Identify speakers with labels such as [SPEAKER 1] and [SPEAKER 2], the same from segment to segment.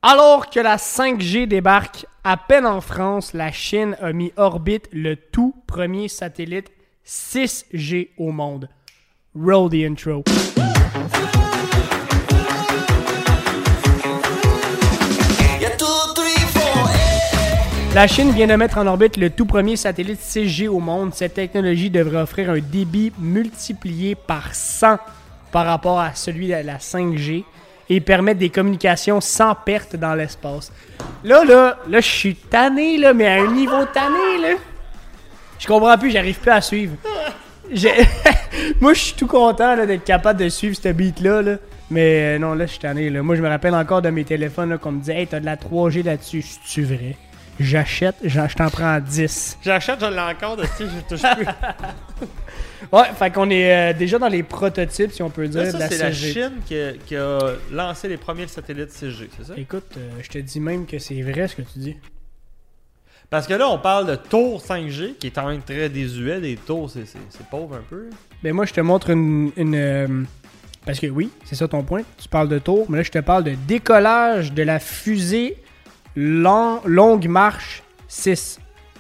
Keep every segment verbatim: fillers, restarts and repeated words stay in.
[SPEAKER 1] Alors que la cinq G débarque à peine en France, la Chine a mis orbite le tout premier satellite six G au monde. Roll the intro. La Chine vient de mettre en orbite le tout premier satellite six G au monde. Cette technologie devrait offrir un débit multiplié par cent par rapport à celui de la cinq G et permettre des communications sans perte dans l'espace. Là, là, là, je suis tanné, là, mais à un niveau tanné, là. Je comprends plus, j'arrive plus à suivre. Moi, je suis tout content là, d'être capable de suivre ce beat-là, là. Mais euh, non, là, je suis tanné, là. Moi, je me rappelle encore de mes téléphones, là, qu'on me disait « Hey, t'as de la trois G là-dessus. » C'est-tu vrai? J'achète, j'en, je t'en prends dix.
[SPEAKER 2] J'achète, je l'ai encore, de je touche plus.
[SPEAKER 1] Ouais, fait qu'on est euh, déjà dans les prototypes, si on peut dire,
[SPEAKER 2] là, ça,
[SPEAKER 1] de la
[SPEAKER 2] c'est
[SPEAKER 1] six G.
[SPEAKER 2] la Chine qui a, qui a lancé les premiers satellites six G, c'est ça?
[SPEAKER 1] Écoute, euh, je te dis même que c'est vrai ce que tu dis.
[SPEAKER 2] Parce que là, on parle de tours cinq G, qui est quand même très désuet. Des tours, c'est, c'est, c'est pauvre un peu.
[SPEAKER 1] Ben moi, je te montre une... une euh, parce que oui, c'est ça ton point. Tu parles de tour, mais là, je te parle de décollage de la fusée long, Longue Marche six.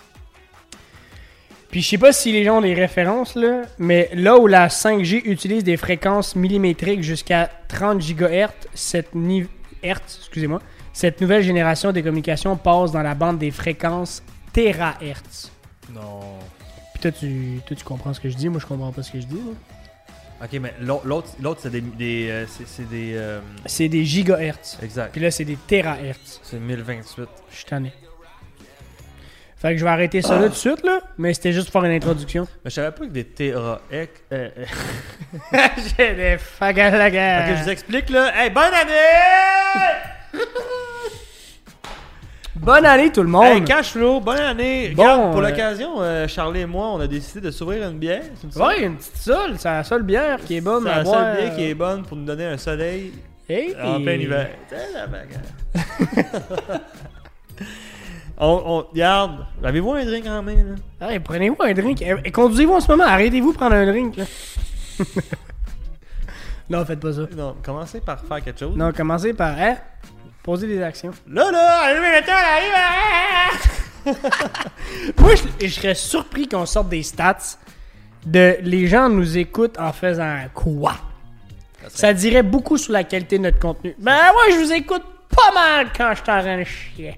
[SPEAKER 1] Puis je sais pas si les gens ont des références, là, mais là où la cinq G utilise des fréquences millimétriques jusqu'à trente gigahertz, cette, ni- hertz, excusez-moi, cette nouvelle génération des communications passe dans la bande des fréquences térahertz.
[SPEAKER 2] Non.
[SPEAKER 1] Puis toi tu, toi, tu comprends ce que je dis, moi je comprends pas ce que je dis. Moi.
[SPEAKER 2] Ok, mais l'autre, l'autre, l'autre c'est des. des euh, c'est, c'est des. Euh...
[SPEAKER 1] C'est des gigahertz.
[SPEAKER 2] Exact.
[SPEAKER 1] Puis là, c'est des térahertz.
[SPEAKER 2] C'est mille vingt-huit.
[SPEAKER 1] Je suis tanné. Fait que je vais arrêter ça là tout de suite, là. Mais c'était juste pour faire une introduction.
[SPEAKER 2] Mais je savais pas que des téra. Euh, euh...
[SPEAKER 1] J'ai des fagalagas.
[SPEAKER 2] Ok, je vous explique là. Hey, bonne année!
[SPEAKER 1] Bonne année tout le monde!
[SPEAKER 2] Hey, Cashflow, bonne année!
[SPEAKER 1] Bon,
[SPEAKER 2] Regarde, pour
[SPEAKER 1] euh,
[SPEAKER 2] l'occasion, euh, Charlie et moi, on a décidé de s'ouvrir une bière. C'est une seule-
[SPEAKER 1] Ouais, une petite sole, c'est la seule bière qui est bonne
[SPEAKER 2] C'est
[SPEAKER 1] à
[SPEAKER 2] la
[SPEAKER 1] boire.
[SPEAKER 2] seule bière qui est bonne pour nous donner un soleil
[SPEAKER 1] Hey,
[SPEAKER 2] en plein hiver. C'est la bagarre. on, on, regarde, avez-vous un drink en main là?
[SPEAKER 1] Hey, prenez-vous un drink. Eh, conduisez-vous en ce moment, arrêtez-vous de prendre un drink. Là. Non, faites pas ça.
[SPEAKER 2] Non, commencez par faire quelque chose.
[SPEAKER 1] Non, commencez par hein, poser des actions.
[SPEAKER 2] Là, là, allumez le temps, arrive!
[SPEAKER 1] Moi, je, je serais surpris qu'on sorte des stats de les gens nous écoutent en faisant quoi? Ça dirait beaucoup sur la qualité de notre contenu. Ben, moi, je vous écoute pas mal quand je suis en train de chier.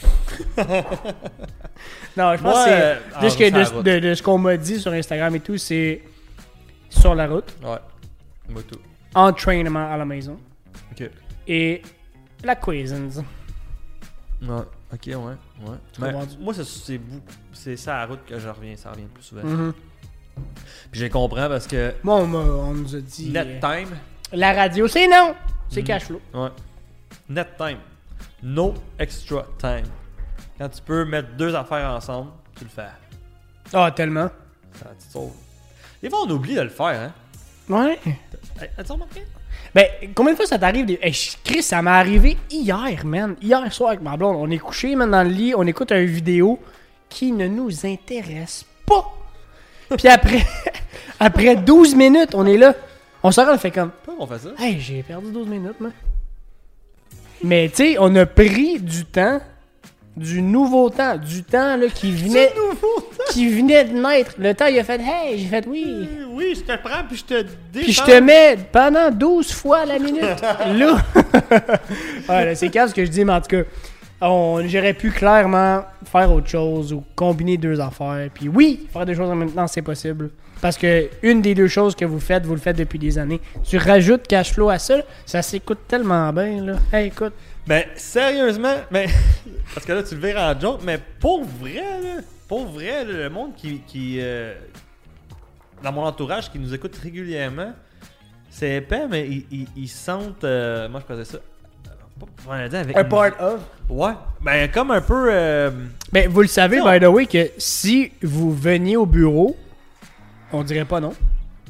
[SPEAKER 1] Non, je pense
[SPEAKER 2] Moi,
[SPEAKER 1] que
[SPEAKER 2] euh,
[SPEAKER 1] c'est. De ce, que-
[SPEAKER 2] sur la
[SPEAKER 1] de-
[SPEAKER 2] route.
[SPEAKER 1] de- de ce qu'on m'a dit sur Instagram et tout, c'est sur la route,
[SPEAKER 2] Ouais, moi tout.
[SPEAKER 1] entraînement à la maison
[SPEAKER 2] Ok.
[SPEAKER 1] et la cuisine.
[SPEAKER 2] Ouais, ok, ouais, ouais.
[SPEAKER 1] Tu
[SPEAKER 2] Mais
[SPEAKER 1] comprends-tu?
[SPEAKER 2] moi, c'est, c'est, bou- c'est ça à la route que je reviens, ça revient plus souvent.
[SPEAKER 1] Mhm.
[SPEAKER 2] Puis je comprends parce que
[SPEAKER 1] Moi, on, m'a- on nous a dit.
[SPEAKER 2] net
[SPEAKER 1] euh,
[SPEAKER 2] time,
[SPEAKER 1] la radio, c'est non! C'est
[SPEAKER 2] Mhm.
[SPEAKER 1] cash flow.
[SPEAKER 2] ouais. Net time. No extra time. Quand tu peux mettre deux affaires ensemble, tu le fais.
[SPEAKER 1] Ah, tellement.
[SPEAKER 2] Ça te sauve. Des fois, on oublie de le faire, hein.
[SPEAKER 1] Ouais.
[SPEAKER 2] Hey, as-tu remarqué?
[SPEAKER 1] Ben, combien de fois ça t'arrive? Des... Hey, Chris, ça m'est arrivé hier, man. Hier soir avec ma blonde. On est couché, man, dans le lit. On écoute une vidéo qui ne nous intéresse pas. Puis après, après douze minutes, on est là. On sort, on fait comme,
[SPEAKER 2] Pourquoi on fait ça?
[SPEAKER 1] hey, j'ai perdu douze minutes, man. Mais tu sais, on a pris du temps, du nouveau temps, du temps là, qui venait, qui venait de naître. Le temps, il a fait, hey, j'ai fait oui.
[SPEAKER 2] Euh, Oui, je te prends puis je te défends.
[SPEAKER 1] Puis je te mets pendant douze fois la minute. Là. Ouais, là, c'est calme ce que je dis, mais en tout cas, on, j'aurais pu clairement faire autre chose ou combiner deux affaires. Puis oui, faire deux choses en même temps, c'est possible. Parce que une des deux choses que vous faites, vous le faites depuis des années. Tu rajoutes cash flow à ça, là, ça s'écoute tellement bien. Là. Hey, écoute.
[SPEAKER 2] Ben, sérieusement, mais parce que là, tu le verras en joke, mais pour vrai, là, pour vrai, là, le monde qui, qui euh, dans mon entourage, qui nous écoute régulièrement, c'est épais, mais ils, ils, ils sentent, euh, moi je faisais ça, euh, pas- on allait dire avec
[SPEAKER 1] A
[SPEAKER 2] une-
[SPEAKER 1] part of.
[SPEAKER 2] Ouais, ben comme un peu, euh,
[SPEAKER 1] Ben, vous le savez,
[SPEAKER 2] Non.
[SPEAKER 1] by the way, que si vous veniez au bureau, on dirait pas non.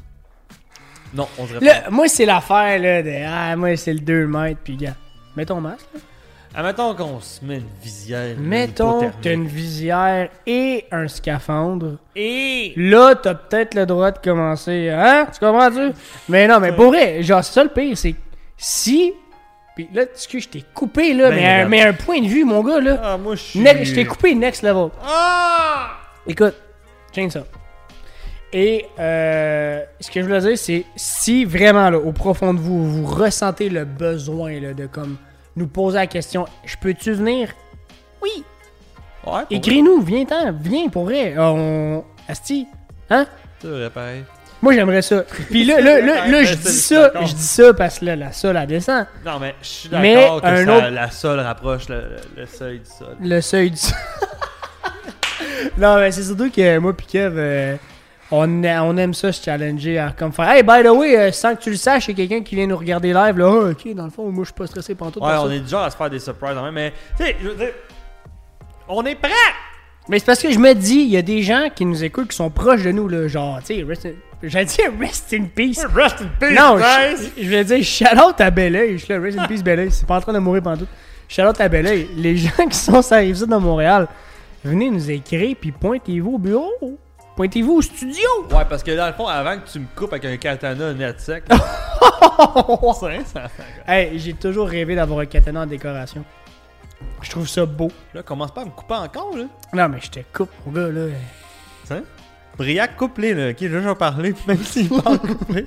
[SPEAKER 2] non, on dirait pas.
[SPEAKER 1] Là, moi, c'est l'affaire là, de ah, moi, c'est le deux mètres, puis gars, mets ton masque. Là.
[SPEAKER 2] Admettons qu'on se met une visière. une
[SPEAKER 1] Mettons que
[SPEAKER 2] hypothermie.
[SPEAKER 1] t'as une visière et un scaphandre.
[SPEAKER 2] Et
[SPEAKER 1] Là, t'as peut-être le droit de commencer. Hein? Tu comprends-tu? Mais non, mais pour vrai, genre, c'est ça le pire, c'est que si. Puis là, excuse, je t'ai coupé, là,
[SPEAKER 2] Ben,
[SPEAKER 1] mais, un,
[SPEAKER 2] regarde.
[SPEAKER 1] mais un point de vue, mon gars, là.
[SPEAKER 2] Ah, moi, je suis...
[SPEAKER 1] Ne- je t'ai coupé next level.
[SPEAKER 2] Ah!
[SPEAKER 1] Écoute, change ça. Et euh, ce que je voulais dire, c'est si vraiment, là, au profond de vous, vous ressentez le besoin là, de comme nous poser la question, je peux-tu venir? Oui.
[SPEAKER 2] Ouais, pour
[SPEAKER 1] Écris-nous, viens-t'en, viens pour vrai. On... Asti, hein?
[SPEAKER 2] C'est vrai, pareil.
[SPEAKER 1] Moi, j'aimerais ça. Puis là, là, là, là, je
[SPEAKER 2] Ben,
[SPEAKER 1] dis
[SPEAKER 2] c'est-
[SPEAKER 1] ça,
[SPEAKER 2] d'accord.
[SPEAKER 1] je dis ça parce que là, la sol, elle descend.
[SPEAKER 2] Non, mais je suis
[SPEAKER 1] Mais
[SPEAKER 2] d'accord que
[SPEAKER 1] un
[SPEAKER 2] ça,
[SPEAKER 1] autre-
[SPEAKER 2] la sol rapproche le, le seuil du sol.
[SPEAKER 1] Le seuil du... Non, mais c'est surtout que moi pis Kev, euh, on, a- on aime ça se challenger à comme faire « Hey, by the way, euh, sans que tu le saches, il y a quelqu'un qui vient nous regarder live. » Là, ah, ok, dans le fond, moi, je suis pas stressé pendant tout.
[SPEAKER 2] Ouais, on est du genre à se faire des surprises quand même, mais tu sais, je veux dire, on est prêt!
[SPEAKER 1] Mais c'est parce que je me dis, il y a des gens qui nous écoutent qui sont proches de nous, là, genre, tu sais, rest in... J'allais dire rest in peace.
[SPEAKER 2] Rest in peace,
[SPEAKER 1] Non,
[SPEAKER 2] guys!
[SPEAKER 1] je, je vais dire shout-out à Belleuil. Je suis là, rest in peace, Belleuil. C'est pas en train de mourir pendant tout. Shout-out à Belleuil. Les gens qui sont sur la Rive-Sud de Montréal, venez nous écrire, puis pointez-vous au bureau. Pointez-vous au studio.
[SPEAKER 2] Ouais, parce que dans le fond, avant que tu me coupes avec un katana net sec, c'est ça.
[SPEAKER 1] Hey, j'ai toujours rêvé d'avoir un katana en décoration. Je trouve ça beau.
[SPEAKER 2] Là, commence pas à me couper encore, là.
[SPEAKER 1] Non, mais je te coupe, mon gars, là.
[SPEAKER 2] Hein? Briac, coupe-les, là. Ok, là, je vais parler, même s'il parle coupe-les.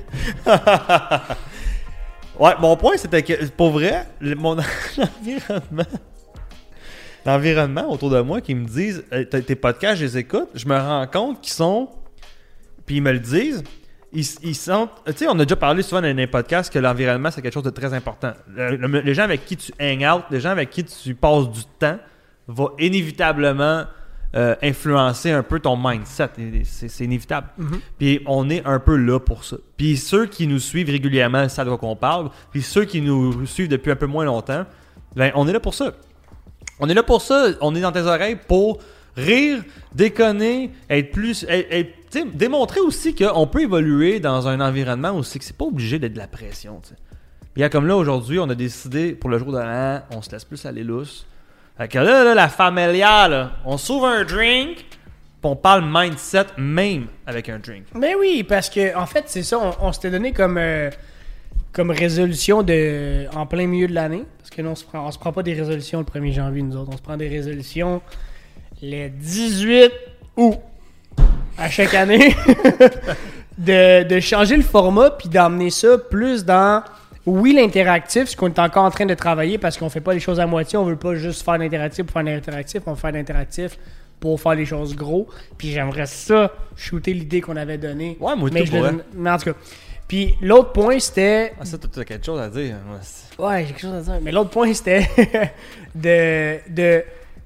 [SPEAKER 2] Ouais, mon point, c'était que, pour vrai, le- mon environnement, l'environnement autour de moi qui me disent euh, tes tes podcasts, je les écoute, je me rends compte qu'ils sont, puis ils me le disent, ils, ils sont, tu sais, on a déjà parlé souvent dans les podcasts que l'environnement, c'est quelque chose de très important. Le- le- les gens avec qui tu hang out, les gens avec qui tu passes du temps, va inévitablement euh, influencer un peu ton mindset. C'est, c'est inévitable.
[SPEAKER 1] Mhm.
[SPEAKER 2] Puis on est un peu là pour ça. Puis ceux qui nous suivent régulièrement, c'est de quoi qu'on parle. Puis ceux qui nous suivent depuis un peu moins longtemps, ben on est là pour ça. On est là pour ça. On est dans tes oreilles pour rire, déconner, être plus... Être, être- tu sais, démontrer aussi qu'on peut évoluer dans un environnement aussi que c'est pas obligé d'être de la pression. Tu sais. Puis comme là, aujourd'hui, on a décidé pour le jour de l'an, on se laisse plus aller lousse. Fait que là, là la familiale, là, on s'ouvre un drink, puis on parle mindset même avec un drink.
[SPEAKER 1] Mais oui, parce que en fait, c'est ça, on, on s'était donné comme, euh, comme résolution de en plein milieu de l'année. Parce que nous, on se prend, on se prend pas des résolutions le premier janvier, nous autres. On se prend des résolutions le dix-huit août à chaque année. de, de changer le format puis d'emmener ça plus dans, oui, l'interactif, ce qu'on est encore en train de travailler parce qu'on fait pas les choses à moitié. On veut pas juste faire l'interactif pour faire l'interactif. On veut faire l'interactif pour faire les choses gros. Puis j'aimerais ça shooter l'idée qu'on avait donnée.
[SPEAKER 2] Ouais, moi,
[SPEAKER 1] mais,
[SPEAKER 2] tout
[SPEAKER 1] je
[SPEAKER 2] pour
[SPEAKER 1] le-
[SPEAKER 2] vrai.
[SPEAKER 1] mais en tout cas. Puis l'autre point, c'était...
[SPEAKER 2] Ah, ça, tu as quelque chose à dire. Moi, c'est-
[SPEAKER 1] Ouais, j'ai quelque chose à dire. Mais l'autre point, c'était de, de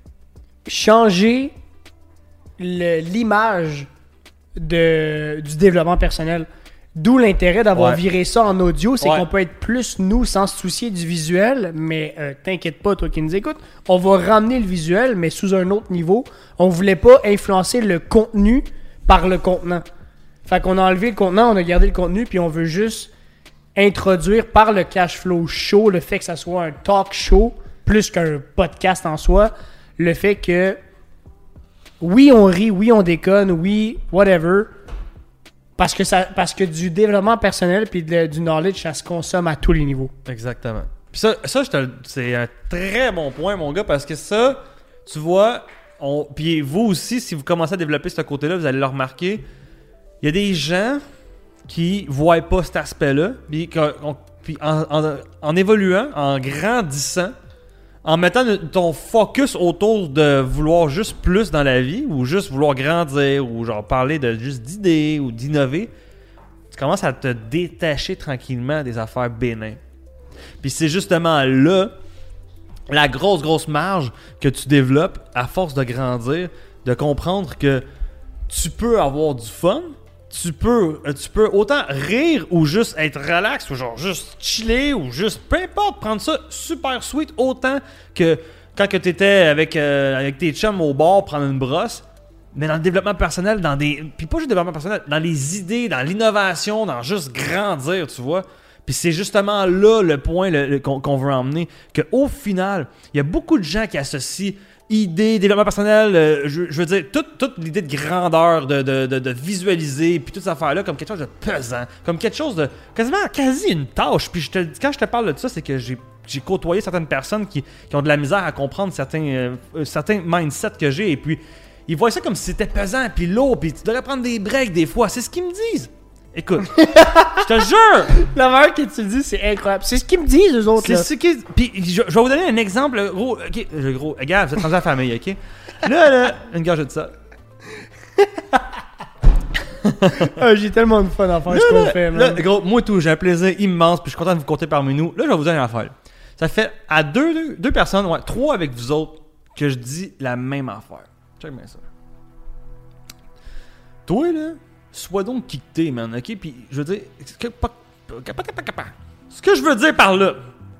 [SPEAKER 1] changer le- l'image de, du développement personnel. D'où l'intérêt d'avoir
[SPEAKER 2] Ouais.
[SPEAKER 1] viré ça en audio, c'est
[SPEAKER 2] Ouais.
[SPEAKER 1] qu'on peut être plus nous sans se soucier du visuel, mais euh, t'inquiète pas, toi qui nous écoutes, on va ramener le visuel, mais sous un autre niveau. On voulait pas influencer le contenu par le contenant. Fait qu'on a enlevé le contenant, on a gardé le contenu, puis on veut juste introduire par le cash flow show, le fait que ça soit un talk show, plus qu'un podcast en soi, le fait que oui, on rit, oui, on déconne, oui, whatever, parce que ça, parce que du développement personnel puis de- du knowledge, ça se consomme à tous les niveaux.
[SPEAKER 2] Exactement. Puis ça, ça je te le- c'est un très bon point, mon gars, parce que ça, tu vois, on, puis vous aussi, si vous commencez à développer ce côté-là, vous allez le remarquer, il y a des gens qui voient pas cet aspect-là, puis, qu'on- on- puis en, en- en évoluant, en grandissant, en mettant le- ton focus autour de vouloir juste plus dans la vie, ou juste vouloir grandir, ou genre parler de juste d'idées, ou d'innover, tu commences à te détacher tranquillement des affaires bénins. Puis c'est justement là la grosse, grosse marge que tu développes à force de grandir, de comprendre que tu peux avoir du fun, tu peux, euh, tu peux autant rire ou juste être relax ou genre juste chiller ou juste peu importe, prendre ça super sweet autant que quand que tu étais avec, euh, avec tes chums au bar prendre une brosse. Mais dans le développement personnel, dans des. Puis pas juste le développement personnel, dans les idées, dans l'innovation, dans juste grandir, tu vois. Puis c'est justement là le point le- le- qu'on, qu'on veut emmener. Qu'au final, il y a beaucoup de gens qui associent idées, développement personnel, euh, je, je veux dire, toute, toute l'idée de grandeur, de, de, de, de visualiser, puis toutes ces affaires-là comme quelque chose de pesant, comme quelque chose de quasiment, quasi une tâche. Puis je te, quand je te parle de ça, c'est que j'ai j'ai côtoyé certaines personnes qui, qui ont de la misère à comprendre certains, euh, certains mindsets que j'ai. Et puis, ils voient ça comme si c'était pesant, puis lourd, puis tu devrais prendre des breaks des fois. C'est ce qu'ils me disent. Écoute, je te jure!
[SPEAKER 1] La manière que tu le dis, c'est incroyable. C'est ce qu'ils me disent, eux autres.
[SPEAKER 2] C'est
[SPEAKER 1] là.
[SPEAKER 2] ce qui. Puis je, je vais vous donner un exemple, gros. Ok, le gros. Regarde, vous êtes rendu à la famille, ok? Là, là, une gorgée de ça.
[SPEAKER 1] Ah, j'ai tellement de fun à faire ce qu'on fait,
[SPEAKER 2] Là,
[SPEAKER 1] man.
[SPEAKER 2] gros, moi tout, j'ai un plaisir immense, puis je suis content de vous compter parmi nous. Là, je vais vous dire une affaire. Ça fait à deux, deux, deux personnes, ouais, trois avec vous autres, que je dis la même affaire. Check bien ça. Toi, là, sois donc qui que t'es, man, ok? Puis, je veux dire, ce que, ce que je veux dire par là,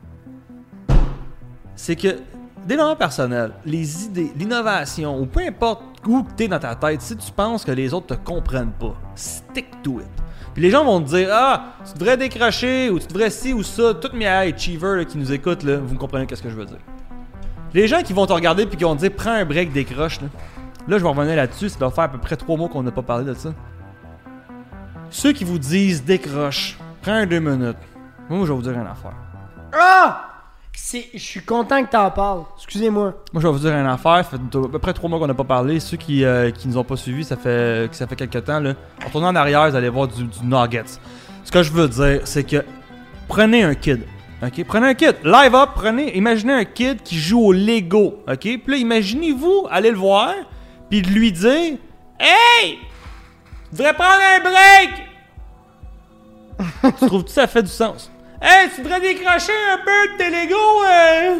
[SPEAKER 2] c'est que, développement personnel, les idées, l'innovation, ou peu importe où que t'es dans ta tête, si tu penses que les autres te comprennent pas, stick to it. Puis les gens vont te dire, ah, tu devrais décrocher, ou tu devrais ci ou ça. Toutes mes achievers là, qui nous écoutent, là, vous me comprenez qu'est-ce que je veux dire. Les gens qui vont te regarder puis qui vont te dire, prends un break, décroche, là. Là, je vais revenir là-dessus, ça doit faire à peu près trois mois qu'on n'a pas parlé de ça. Ceux qui vous disent, décroche, prends un deux minutes. Moi, je vais vous dire une affaire.
[SPEAKER 1] Ah! C'est... Je suis content que t'en parles. Excusez-moi.
[SPEAKER 2] Moi, je vais vous dire une affaire. Ça fait à peu près trois mois qu'on n'a pas parlé. Ceux qui, euh, qui nous ont pas suivis, ça fait, ça fait quelques temps. Là. En tournant en arrière, vous allez voir du, du nuggets. Ce que je veux dire, c'est que prenez un kid. OK? Prenez un kid. Live up, prenez. Imaginez un kid qui joue au Lego. OK? Puis là, imaginez-vous aller le voir, puis de lui dire, hey! Tu devrais prendre un break! Tu trouves-tu que ça fait du sens? Hey, tu devrais décrocher un peu de tes Lego, euh...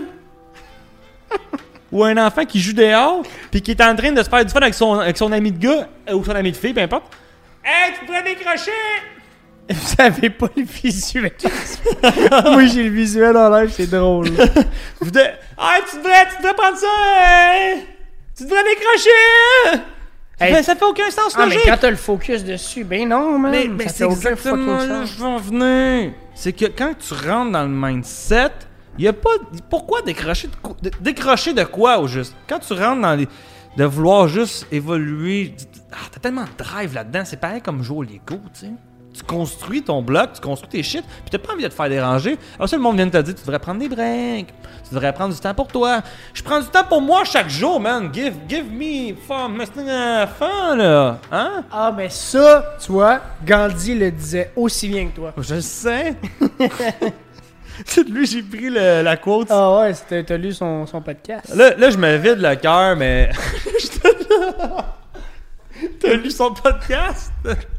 [SPEAKER 2] Ou un enfant qui joue dehors, puis qui est en train de se faire du fun avec son, avec son ami de gars, euh, ou son ami de fille, peu importe. Hey, tu devrais décrocher!
[SPEAKER 1] Vous avez pas le visuel. Moi, j'ai le visuel en live, c'est drôle.
[SPEAKER 2] Vous de... Hey, tu devrais, tu devrais prendre ça, euh... Tu devrais décrocher!
[SPEAKER 1] Hey.
[SPEAKER 2] Ben, ça fait aucun sens,
[SPEAKER 1] Ah, mais
[SPEAKER 2] logique!
[SPEAKER 1] quand t'as le focus dessus, ben non, man.
[SPEAKER 2] Mais, mais
[SPEAKER 1] ça
[SPEAKER 2] c'est
[SPEAKER 1] fait aucun
[SPEAKER 2] exactement
[SPEAKER 1] fucking
[SPEAKER 2] là
[SPEAKER 1] sens.
[SPEAKER 2] je veux en venir. C'est que quand tu rentres dans le mindset, il y a pas... Pourquoi décrocher de, quoi- de- décrocher de quoi au juste? Quand tu rentres dans les... De vouloir juste évoluer... Ah, t'as tellement de drive là-dedans. C'est pareil comme jouer au Lego, tu sais. Tu construis ton bloc, tu construis tes shit, puis t'as pas envie de te faire déranger. Alors ça, le monde vient de te dire, tu devrais prendre des breaks, tu devrais prendre du temps pour toi. Je prends du temps pour moi chaque jour, man. Give, give me fun, fun, là. Hein?
[SPEAKER 1] Ah, mais ça, tu vois, Gandhi le disait aussi bien que toi.
[SPEAKER 2] Je le sais. C'est de lui, j'ai pris le- la quote.
[SPEAKER 1] Ah ouais, c'était- t'as lu son, son podcast.
[SPEAKER 2] Là, là, je me vide le cœur, mais... T'as lu son podcast?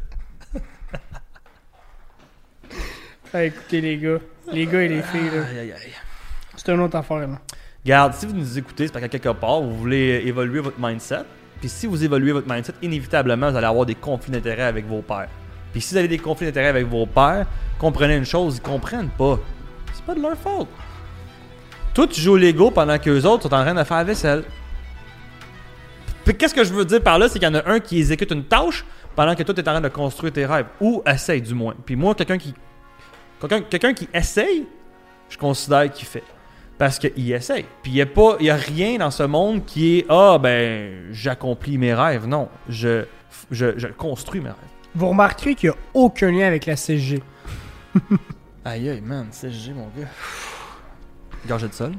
[SPEAKER 1] Ah, écoutez, les gars. Les gars et les filles, là.
[SPEAKER 2] Aïe, aïe, aïe.
[SPEAKER 1] C'est une autre affaire, là.
[SPEAKER 2] Regarde, si vous nous écoutez, c'est parce qu'à quelque part, vous voulez évoluer votre mindset. Puis si vous évoluez votre mindset, inévitablement, vous allez avoir des conflits d'intérêts avec vos pairs. Puis si vous avez des conflits d'intérêts avec vos pairs, comprenez une chose, ils comprennent pas. C'est pas de leur faute. Toi, tu joues au Lego pendant qu'eux autres sont en train de faire la vaisselle. Puis qu'est-ce que je veux dire par là, c'est qu'il y en a un qui exécute une tâche pendant que toi, tu es en train de construire tes rêves. Ou essaye, du moins. Puis moi, quelqu'un qui... Quelqu'un, quelqu'un qui essaye, je considère qu'il fait. Parce qu'il essaye. Puis il n'y a, pas, il y a rien dans ce monde qui est « Ah, ben, j'accomplis mes rêves. » Non, je, je, je construis mes rêves.
[SPEAKER 1] Vous remarquerez qu'il n'y a aucun lien avec la C S G.
[SPEAKER 2] Aïe, aïe, man, C S G, mon gars. Gorgée de sol.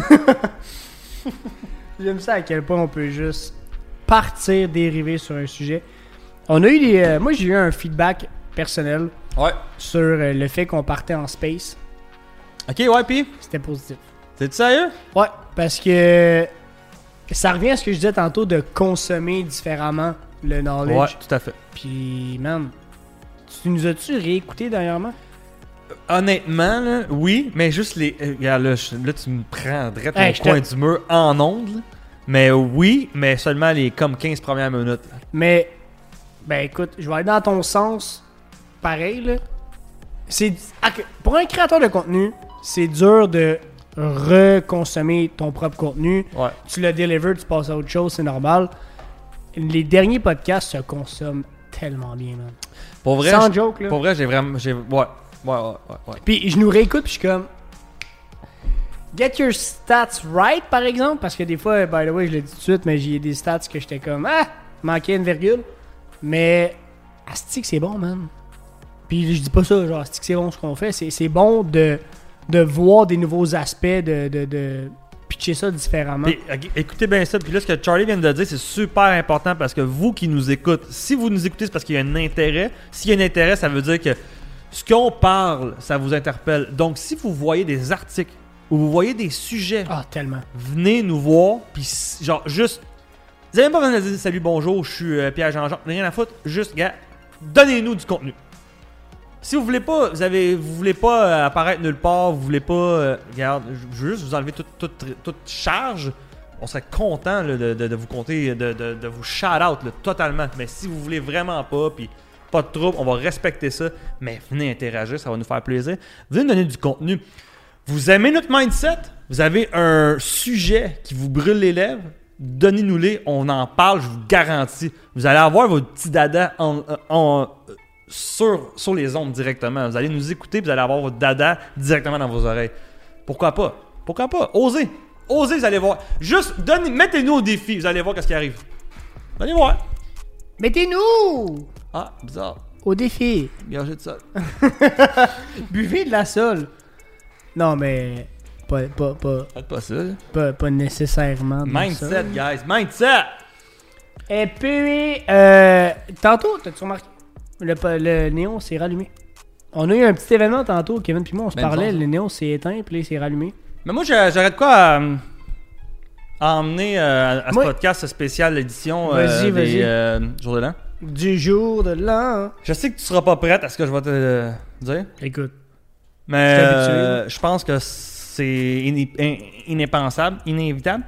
[SPEAKER 1] J'aime ça à quel point on peut juste partir, dériver sur un sujet. On a eu des... euh, moi, j'ai eu un feedback personnel
[SPEAKER 2] Ouais.
[SPEAKER 1] sur euh, le fait qu'on partait en space.
[SPEAKER 2] Ok, ouais, pis?
[SPEAKER 1] C'était positif.
[SPEAKER 2] T'es-tu sérieux?
[SPEAKER 1] Ouais, parce que ça revient à ce que je disais tantôt de consommer différemment le knowledge.
[SPEAKER 2] Ouais, tout à fait.
[SPEAKER 1] Puis, man, tu nous as-tu réécouté dernièrement?
[SPEAKER 2] Honnêtement, là, oui, mais juste les... euh, regarde, là, je- là, tu me prends direct
[SPEAKER 1] Hey,
[SPEAKER 2] mon
[SPEAKER 1] je
[SPEAKER 2] coin
[SPEAKER 1] te-
[SPEAKER 2] du mur en ondes. là. Mais oui, mais seulement les comme quinze premières minutes.
[SPEAKER 1] Mais, ben écoute, je vais aller dans ton sens. Pareil, là. C'est, ah, que- pour un créateur de contenu, c'est dur de reconsommer ton propre contenu.
[SPEAKER 2] Ouais.
[SPEAKER 1] Tu le deliver, tu passes à autre chose, c'est normal. Les derniers podcasts se consomment tellement bien, man.
[SPEAKER 2] Pour vrai,
[SPEAKER 1] Sans
[SPEAKER 2] je-
[SPEAKER 1] joke, là.
[SPEAKER 2] pour vrai, j'ai vraiment... J'ai, ouais, ouais, ouais, ouais, ouais.
[SPEAKER 1] Puis je nous réécoute, puis je suis comme... Get your stats right, par exemple, parce que des fois, by the way, je le dis tout de suite, mais j'ai des stats que j'étais comme... Ah! Manquait une virgule. Mais... Asti que c'est bon, man. Puis je dis pas ça, genre, asti que c'est bon ce qu'on fait. C'est, c'est bon de de voir des nouveaux aspects, de, de, de pitcher ça différemment.
[SPEAKER 2] Puis, écoutez bien ça. Puis là, ce que Charlie vient de dire, c'est super important parce que vous qui nous écoutez, si vous nous écoutez, c'est parce qu'il y a un intérêt. S'il y a un intérêt, ça veut dire que ce qu'on parle, ça vous interpelle. Donc, si vous voyez des articles ou vous voyez des sujets,
[SPEAKER 1] Ah, tellement.
[SPEAKER 2] venez nous voir. Puis, genre, juste. Vous n'avez même pas besoin de dire salut, bonjour, je suis euh, Pierre-Jean-Jean. Rien à foutre. Juste, gars, donnez-nous du contenu. Si vous voulez pas, vous avez, vous voulez pas euh, apparaître nulle part, vous voulez pas, euh, regarde, je veux juste vous enlever toute, toute, toute charge. On serait content là, de, de, de vous compter, de, de, de vous shout-out là, totalement. Mais si vous voulez vraiment pas, puis pas de trouble, on va respecter ça. Mais venez interagir, ça va nous faire plaisir. Venez nous donner du contenu. Vous aimez notre mindset? Vous avez un sujet qui vous brûle les lèvres? Donnez-nous-les, on en parle, je vous garantis. Vous allez avoir votre petit dada en, en, sur, sur les ondes directement. Vous allez nous écouter, vous allez avoir votre dada directement dans vos oreilles. Pourquoi pas? Pourquoi pas? Osez! Osez, vous allez voir. Juste, donnez, mettez-nous au défi, vous allez voir ce qui arrive. Vous allez voir.
[SPEAKER 1] Mettez-nous
[SPEAKER 2] Ah, bizarre.
[SPEAKER 1] au défi.
[SPEAKER 2] Gagez de ça.
[SPEAKER 1] Buvez de la sole. Non, mais pas, pas, pas,
[SPEAKER 2] Faites pas ça.
[SPEAKER 1] pas, pas nécessairement. de
[SPEAKER 2] Mindset,
[SPEAKER 1] ça.
[SPEAKER 2] guys. Mindset!
[SPEAKER 1] Et puis, euh, tantôt, t'as-tu remarqué? Le, le néon s'est rallumé. On a eu un petit événement tantôt, Kevin puis moi, on se
[SPEAKER 2] Ben,
[SPEAKER 1] parlait,
[SPEAKER 2] sens.
[SPEAKER 1] le néon s'est éteint, puis là, il s'est rallumé.
[SPEAKER 2] Mais moi, j'ai- j'aurais de quoi à, à emmener euh, à ce
[SPEAKER 1] Moi-
[SPEAKER 2] podcast spécial édition
[SPEAKER 1] Vas-y,
[SPEAKER 2] euh,
[SPEAKER 1] vas-y.
[SPEAKER 2] des euh, Jours de l'An.
[SPEAKER 1] Du jour de l'an.
[SPEAKER 2] Je sais que tu seras pas prête à ce que je vais te euh, dire,
[SPEAKER 1] Écoute,
[SPEAKER 2] mais
[SPEAKER 1] Je suis habitué,
[SPEAKER 2] euh, je pense que c'est iné- in- inépensable, inévitable.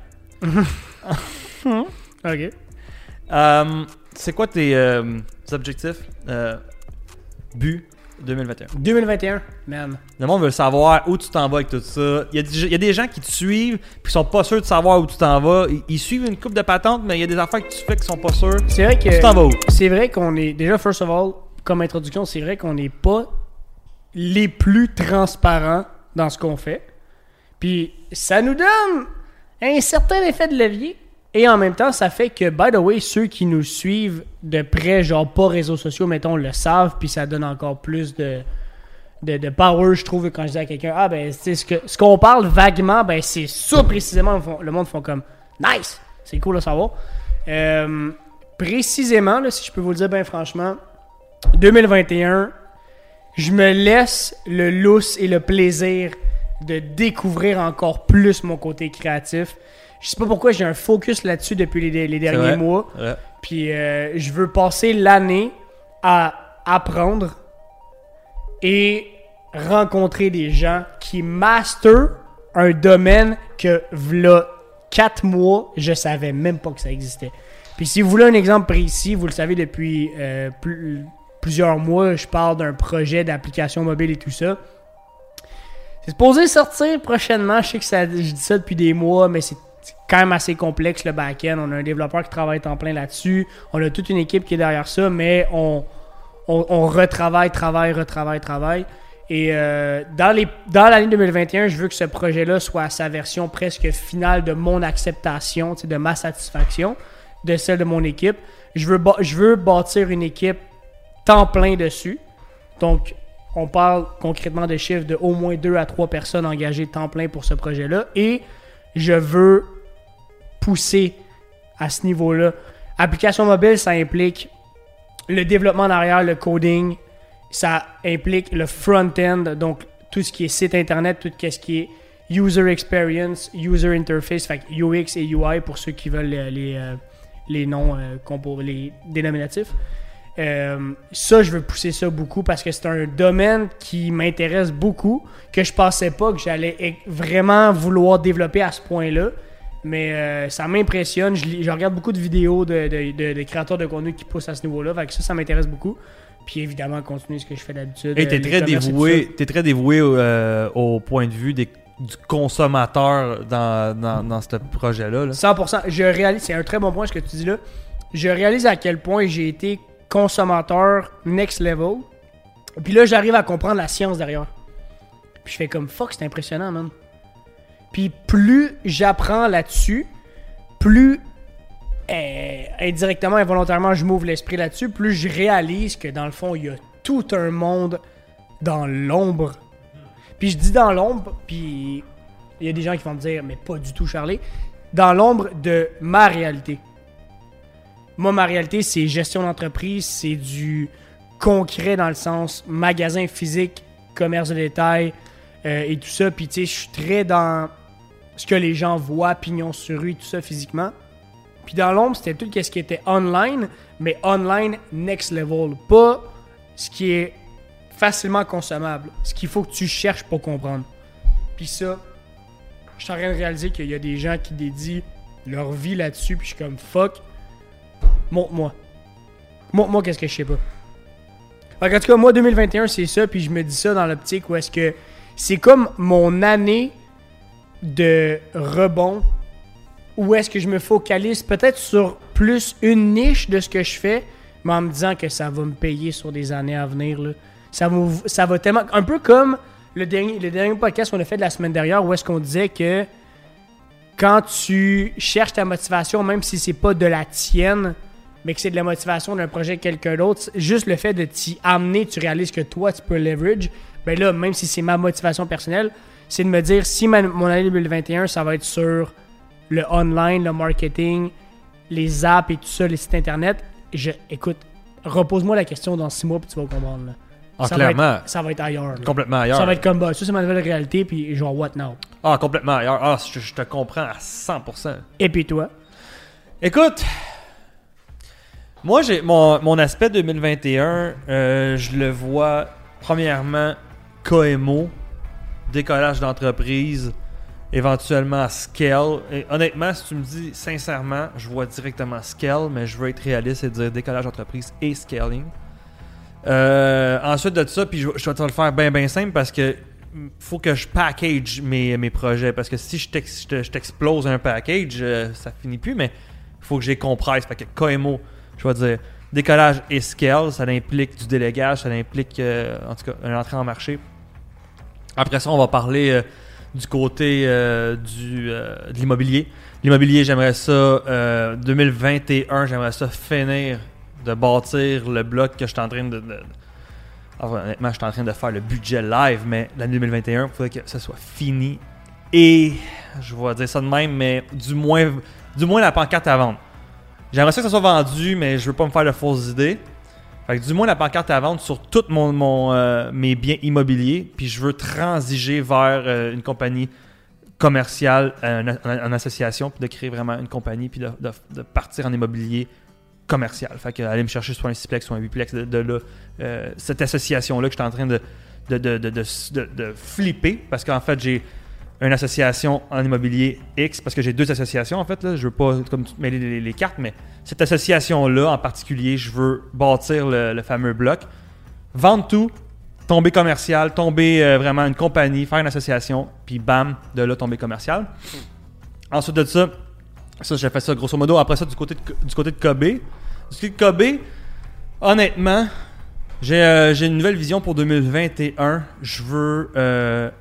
[SPEAKER 1] ok.
[SPEAKER 2] Euh, c'est quoi tes euh, objectifs, euh, buts deux mille vingt et un?
[SPEAKER 1] deux mille vingt et un, man.
[SPEAKER 2] Le monde veut savoir où tu t'en vas avec tout ça. Il y a, des- il y a des gens qui te suivent puis qui sont pas sûrs de savoir où tu t'en vas. Ils, ils suivent une coupe de patentes, mais il y a des affaires que tu fais qui sont pas sûrs.
[SPEAKER 1] C'est vrai que.
[SPEAKER 2] Tu t'en vas où?
[SPEAKER 1] C'est vrai qu'on est. Déjà, first of all, comme introduction, c'est vrai qu'on n'est pas les plus transparents dans ce qu'on fait. Puis, ça nous donne un certain effet de levier. Et en même temps, ça fait que, by the way, ceux qui nous suivent de près, genre pas réseaux sociaux, mettons, le savent. Puis, ça donne encore plus de, de, de power, je trouve, quand je dis à quelqu'un, ah, ben, c'est ce que ce qu'on parle vaguement, ben, c'est ça précisément. Le, fond- le monde font comme, nice! C'est cool à savoir. Euh, précisément, là, si je peux vous le dire, ben, franchement, deux mille vingt et un, je me laisse le lousse et le plaisir de découvrir encore plus mon côté créatif. Je sais pas pourquoi j'ai un focus là-dessus depuis les, les derniers
[SPEAKER 2] vrai.
[SPEAKER 1] mois.
[SPEAKER 2] Ouais.
[SPEAKER 1] Puis euh, je veux passer l'année à apprendre et rencontrer des gens qui master un domaine que v'là quatre mois, je savais même pas que ça existait. Puis si vous voulez un exemple précis, vous le savez depuis euh, plus, plusieurs mois, je parle d'un projet d'application mobile et tout ça. C'est supposé sortir prochainement. Je sais que ça, je dis ça depuis des mois, mais c'est quand même assez complexe le back-end. On a un développeur qui travaille en plein là-dessus. On a toute une équipe qui est derrière ça, mais on, on, on retravaille, travaille, retravaille, travaille. Et euh, dans, les, dans l'année deux mille vingt et un, je veux que ce projet-là soit à sa version presque finale de mon acceptation, tu sais, de ma satisfaction, de celle de mon équipe. Je veux, ba- je veux bâtir une équipe temps plein dessus. Donc, on parle concrètement de chiffres de au moins deux à trois personnes engagées temps plein pour ce projet-là. Et je veux pousser à ce niveau-là. Application mobile, ça implique le développement en arrière, le coding. Ça implique le front-end, donc tout ce qui est site internet, tout ce qui est user experience, user interface, fait que U X et U I pour ceux qui veulent les, les, euh, les noms, euh, compo- les dénominatifs. Euh, ça, je veux pousser ça beaucoup parce que c'est un domaine qui m'intéresse beaucoup, que je pensais pas que j'allais e- vraiment vouloir développer à ce point-là. Mais euh, ça m'impressionne. Je, lis- je regarde beaucoup de vidéos de, de, de, de créateurs de contenu qui poussent à ce niveau-là. Fait que ça, ça m'intéresse beaucoup. Puis évidemment, continuer ce que je fais d'habitude.
[SPEAKER 2] Et t'es
[SPEAKER 1] euh,
[SPEAKER 2] très
[SPEAKER 1] l'e-commerce et tout
[SPEAKER 2] dévoué, t'es très dévoué euh, au point de vue des, du consommateur dans, dans, dans ce projet-là. Là.
[SPEAKER 1] cent pour cent. Je réalise, c'est un très bon point ce que tu dis là. Je réalise à quel point j'ai été consommateur next level. Puis là, j'arrive à comprendre la science derrière. Puis je fais comme fuck, c'est impressionnant, man. Puis plus j'apprends là-dessus, plus euh, indirectement, involontairement, je m'ouvre l'esprit là-dessus, plus je réalise que dans le fond, il y a tout un monde dans l'ombre. Puis je dis dans l'ombre, puis il y a des gens qui vont me dire, mais pas du tout, Charlie. Dans l'ombre de ma réalité. Moi, ma réalité, c'est gestion d'entreprise, c'est du concret dans le sens magasin physique, commerce de détail euh, et tout ça. Puis tu sais, je suis très dans ce que les gens voient, pignon sur rue, tout ça physiquement. Puis dans l'ombre, c'était tout ce qui était online, mais online next level. Pas ce qui est facilement consommable. Ce qu'il faut que tu cherches pour comprendre. Puis ça, je suis en train de réaliser qu'il y a des gens qui dédient leur vie là-dessus, puis je suis comme fuck, montre-moi. Montre-moi qu'est-ce que je sais pas. En tout cas, moi, deux mille vingt et un, c'est ça, puis je me dis ça dans l'optique où est-ce que c'est comme mon année de rebond, où est-ce que je me focalise peut-être sur plus une niche de ce que je fais, mais en me disant que ça va me payer sur des années à venir, là. Ça va, ça va tellement... Un peu comme le dernier, le dernier podcast qu'on a fait de la semaine dernière, où est-ce qu'on disait que quand tu cherches ta motivation, même si c'est pas de la tienne, mais que c'est de la motivation d'un projet de quelqu'un d'autre, juste le fait de t'y amener, tu réalises que toi, tu peux leverage, ben là, même si c'est ma motivation personnelle, c'est de me dire, si ma, mon année deux mille vingt et un, ça va être sur le online, le marketing, les apps et tout ça, les sites internet, je, écoute, repose-moi la question dans six mois puis tu vas comprendre, là.
[SPEAKER 2] Ah,
[SPEAKER 1] ça
[SPEAKER 2] clairement.
[SPEAKER 1] Va être, ça va être ailleurs. Là.
[SPEAKER 2] Complètement ailleurs.
[SPEAKER 1] Ça va être comme, bah, ça c'est ma nouvelle réalité, puis genre, what now?
[SPEAKER 2] Ah, complètement ailleurs. Ah, je, je te comprends à cent pour cent.
[SPEAKER 1] Et puis toi?
[SPEAKER 2] Écoute, moi, j'ai mon, mon aspect deux mille vingt et un, euh, je le vois premièrement K M O, décollage d'entreprise, éventuellement scale. Et honnêtement, si tu me dis sincèrement, je vois directement scale, mais je veux être réaliste et dire décollage d'entreprise et scaling. Euh, ensuite de ça, puis je, je vais te le faire bien bien simple parce que faut que je package mes, mes projets. Parce que si je, t'ex, je, je t'explose un package, euh, ça finit plus, mais il faut que j'ai compresse. Fait que K M O, je vais dire décollage et scale, ça implique du délégage, ça implique euh, en tout cas une entrée en marché. Après ça, on va parler euh, du côté euh, du, euh, de l'immobilier. L'immobilier, j'aimerais ça, euh, deux mille vingt et un, j'aimerais ça finir de bâtir le bloc que je suis en train de... de enfin, honnêtement, je suis en train de faire le budget live, mais l'année deux mille vingt et un, il faudrait que ça soit fini. Et, je vais dire ça de même, mais du moins, du moins la pancarte à vendre. J'aimerais ça que ça soit vendu, mais je veux pas me faire de fausses idées. Fait que du moins la pancarte à vendre sur tous mon, mon, euh, mes biens immobiliers, puis je veux transiger vers euh, une compagnie commerciale, euh, en, en association, puis de créer vraiment une compagnie, puis de, de, de partir en immobilier commercial. Fait que aller me chercher soit un sixplex, soit un huitplex, de, de là, euh, cette association-là que je suis en train de, de, de, de, de, de, de flipper, parce qu'en fait, j'ai une association en immobilier X, parce que j'ai deux associations, en fait, là, je veux pas comme mêler les, les cartes, mais cette association-là, en particulier, je veux bâtir le, le fameux bloc, vendre tout, tomber commercial, tomber euh, vraiment une compagnie, faire une association, puis bam, de là, tomber commercial. Ensuite de ça, ça, j'ai fait ça grosso modo. Après ça, du côté de, du côté de Kobe. Du côté de Kobe, honnêtement, j'ai, euh, j'ai une nouvelle vision pour deux mille vingt et un. Je veux, euh,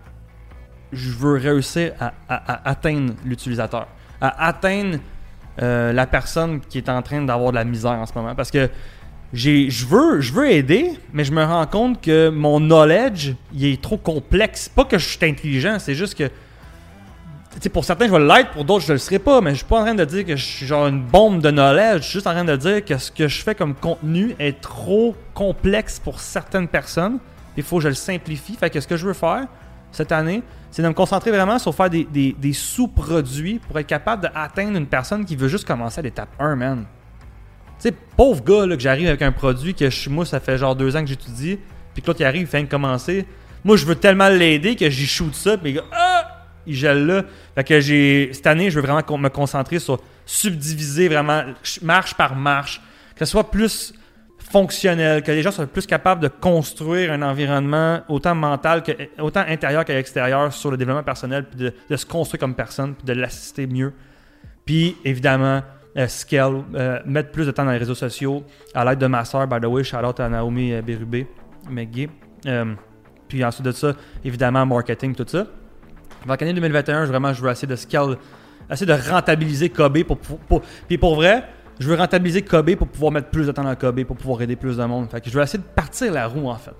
[SPEAKER 2] je veux réussir à, à, à atteindre l'utilisateur, à atteindre euh, la personne qui est en train d'avoir de la misère en ce moment. Parce que j'ai, je veux, je veux aider, mais je me rends compte que mon knowledge, il est trop complexe. Pas que je suis intelligent, c'est juste que t'sais, pour certains, je vais l'être, pour d'autres, je ne le serai pas, mais je suis pas en train de dire que je suis genre une bombe de knowledge. Je suis juste en train de dire que ce que je fais comme contenu est trop complexe pour certaines personnes. Il faut que je le simplifie. Fait que ce que je veux faire cette année, c'est de me concentrer vraiment sur faire des, des, des sous-produits pour être capable d'atteindre une personne qui veut juste commencer à l'étape un, man. Tu sais, pauvre gars là, que j'arrive avec un produit que je, moi, ça fait genre deux ans que j'étudie, puis que l'autre, il arrive, il fait de commencer. Moi, je veux tellement l'aider que j'y shoot ça, puis les gars, ah! Il gèle là. Fait que j'ai, cette année, je veux vraiment me concentrer sur subdiviser vraiment marche par marche, que ce soit plus fonctionnel, que les gens soient plus capables de construire un environnement autant mental, que, autant intérieur qu'extérieur sur le développement personnel, puis de, de se construire comme personne, puis de l'assister mieux. Puis, évidemment, euh, scale, euh, mettre plus de temps dans les réseaux sociaux, à l'aide de ma soeur, by the way, shout out à Naomi Bérubé, McGee. Euh, puis ensuite de ça, évidemment, marketing, tout ça. Dans l'année deux mille vingt et un, vraiment, je veux essayer de scale, essayer de rentabiliser Kobe pour, pour, pour puis pour vrai, je veux rentabiliser Kobe pour pouvoir mettre plus de temps dans Kobe, pour pouvoir aider plus de monde. Fait que je veux essayer de partir la roue, en fait.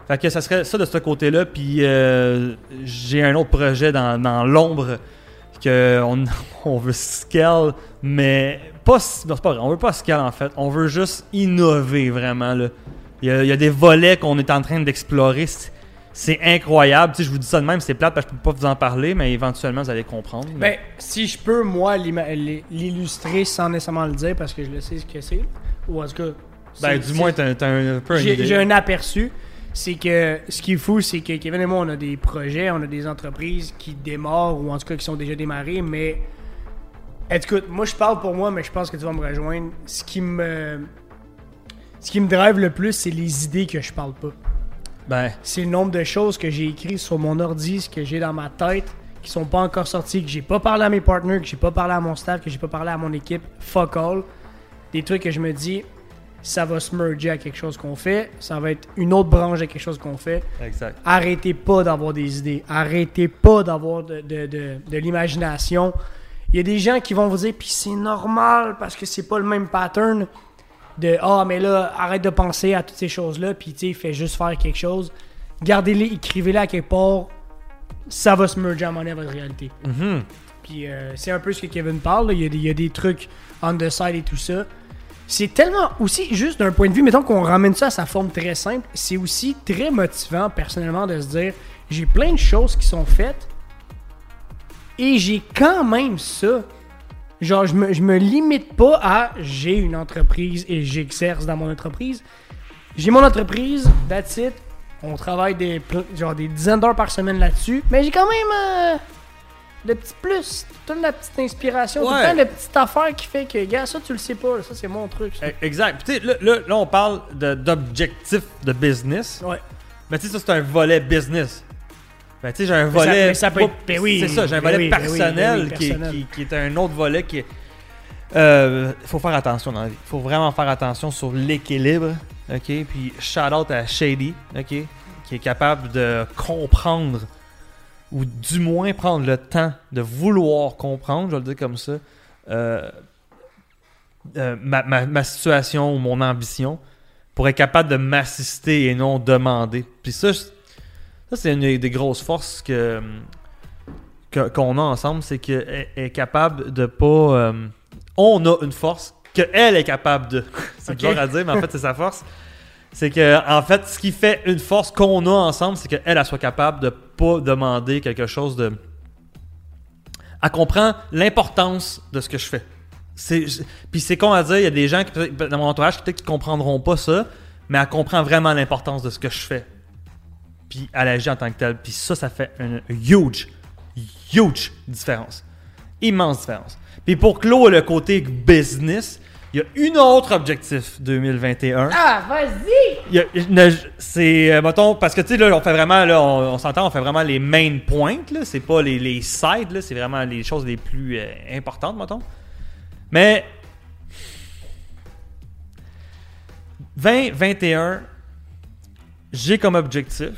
[SPEAKER 2] Fait que ça serait ça de ce côté-là. Puis euh, j'ai un autre projet dans, dans l'ombre qu'on on veut scale, mais pas, non, c'est pas vrai. On veut pas scale en fait. On veut juste innover vraiment. Là. Il, y a, il y a des volets qu'on est en train d'explorer. C'est, c'est incroyable. Tu sais, je vous dis ça de même, c'est plate parce que je peux pas vous en parler, mais éventuellement vous allez comprendre. Mais...
[SPEAKER 1] Ben, si je peux, moi, l'illustrer sans nécessairement le dire parce que je le sais ce que c'est. Ou en tout cas.
[SPEAKER 2] Ben, du moins, t'as, t'as un peu une
[SPEAKER 1] j'ai,
[SPEAKER 2] idée.
[SPEAKER 1] J'ai un aperçu. C'est que ce qui est fou, c'est que Kevin et moi, on a des projets, on a des entreprises qui démarrent ou en tout cas qui sont déjà démarrées, mais écoute, moi je parle pour moi, mais je pense que tu vas me rejoindre. Ce qui me ce qui me drive le plus, c'est les idées que je parle pas.
[SPEAKER 2] Ben.
[SPEAKER 1] C'est le nombre de choses que j'ai écrites sur mon ordi, ce que j'ai dans ma tête, qui sont pas encore sorties, que j'ai pas parlé à mes partners, que j'ai pas parlé à mon staff, que j'ai pas parlé à mon équipe. Fuck all. Des trucs que je me dis, ça va se merger à quelque chose qu'on fait, ça va être une autre branche de quelque chose qu'on fait.
[SPEAKER 2] Exact.
[SPEAKER 1] Arrêtez pas d'avoir des idées, arrêtez pas d'avoir de, de, de, de l'imagination. Il y a des gens qui vont vous dire, puis c'est normal parce que c'est pas le même pattern de « Ah, mais là, arrête de penser à toutes ces choses-là, puis tu sais, fais juste faire quelque chose. » Gardez-les, écrivez-les à quelque part, ça va se merger à mon avis à votre réalité.
[SPEAKER 2] Mm-hmm.
[SPEAKER 1] Puis euh, c'est un peu ce que Kevin parle, il y, a des, il y a des trucs on the side et tout ça. C'est tellement aussi, juste d'un point de vue, mettons qu'on ramène ça à sa forme très simple, c'est aussi très motivant personnellement de se dire j'ai plein de choses qui sont faites et j'ai quand même ça. Genre, je me, je me limite pas à j'ai une entreprise et j'exerce dans mon entreprise. J'ai mon entreprise, that's it. On travaille des, genre des dizaines d'heures par semaine là-dessus, mais j'ai quand même. Euh, le petit plus, toute la petite inspiration, ouais. Tout le temps la petite affaire qui fait que, gars, ça tu le sais pas, là, ça c'est mon truc. Ça.
[SPEAKER 2] Exact. Puis tu sais, là, là, là, on parle de, d'objectifs de business.
[SPEAKER 1] Ouais.
[SPEAKER 2] Mais tu sais, ça c'est un volet business. Ben tu sais, j'ai un volet.
[SPEAKER 1] Mais ça, mais ça peut être, ben oui,
[SPEAKER 2] c'est ça, j'ai un
[SPEAKER 1] ben
[SPEAKER 2] volet
[SPEAKER 1] oui,
[SPEAKER 2] personnel,
[SPEAKER 1] ben oui, ben oui,
[SPEAKER 2] qui,
[SPEAKER 1] personnel.
[SPEAKER 2] Qui, qui est un autre volet qui est. Euh, faut faire attention dans la vie. Faut vraiment faire attention sur l'équilibre. OK? Puis shout out à Shady, OK? Qui est capable de comprendre. Ou du moins prendre le temps de vouloir comprendre, je vais le dire comme ça, euh, euh, ma, ma, ma situation ou mon ambition pour être capable de m'assister et non demander. Puis ça, ça c'est une des grosses forces que, que, qu'on a ensemble, c'est qu'elle est capable de pas... Euh, on a une force qu'elle est capable de... c'est okay. Dur à dire, mais en fait, c'est sa force. C'est que, en fait, ce qui fait une force qu'on a ensemble, c'est qu'elle, elle soit capable de pas demander quelque chose de... Elle comprend l'importance de ce que je fais. C'est... Puis c'est con à dire, il y a des gens qui, dans mon entourage qui peut-être qui comprendront pas ça, mais elle comprend vraiment l'importance de ce que je fais. Puis elle agit en tant que telle. Puis ça, ça fait une huge, huge différence. Immense différence. Puis pour clore le côté business... Il y a une autre objectif deux mille vingt et un.
[SPEAKER 1] Ah, vas-y!
[SPEAKER 2] Il y a, une, c'est, euh, mettons, parce que tu sais, là, on fait vraiment, là, on, on s'entend, on fait vraiment les main points, là. C'est pas les, les sides, là. C'est vraiment les choses les plus euh, importantes, mettons. Mais. vingt vingt et un, j'ai comme objectif.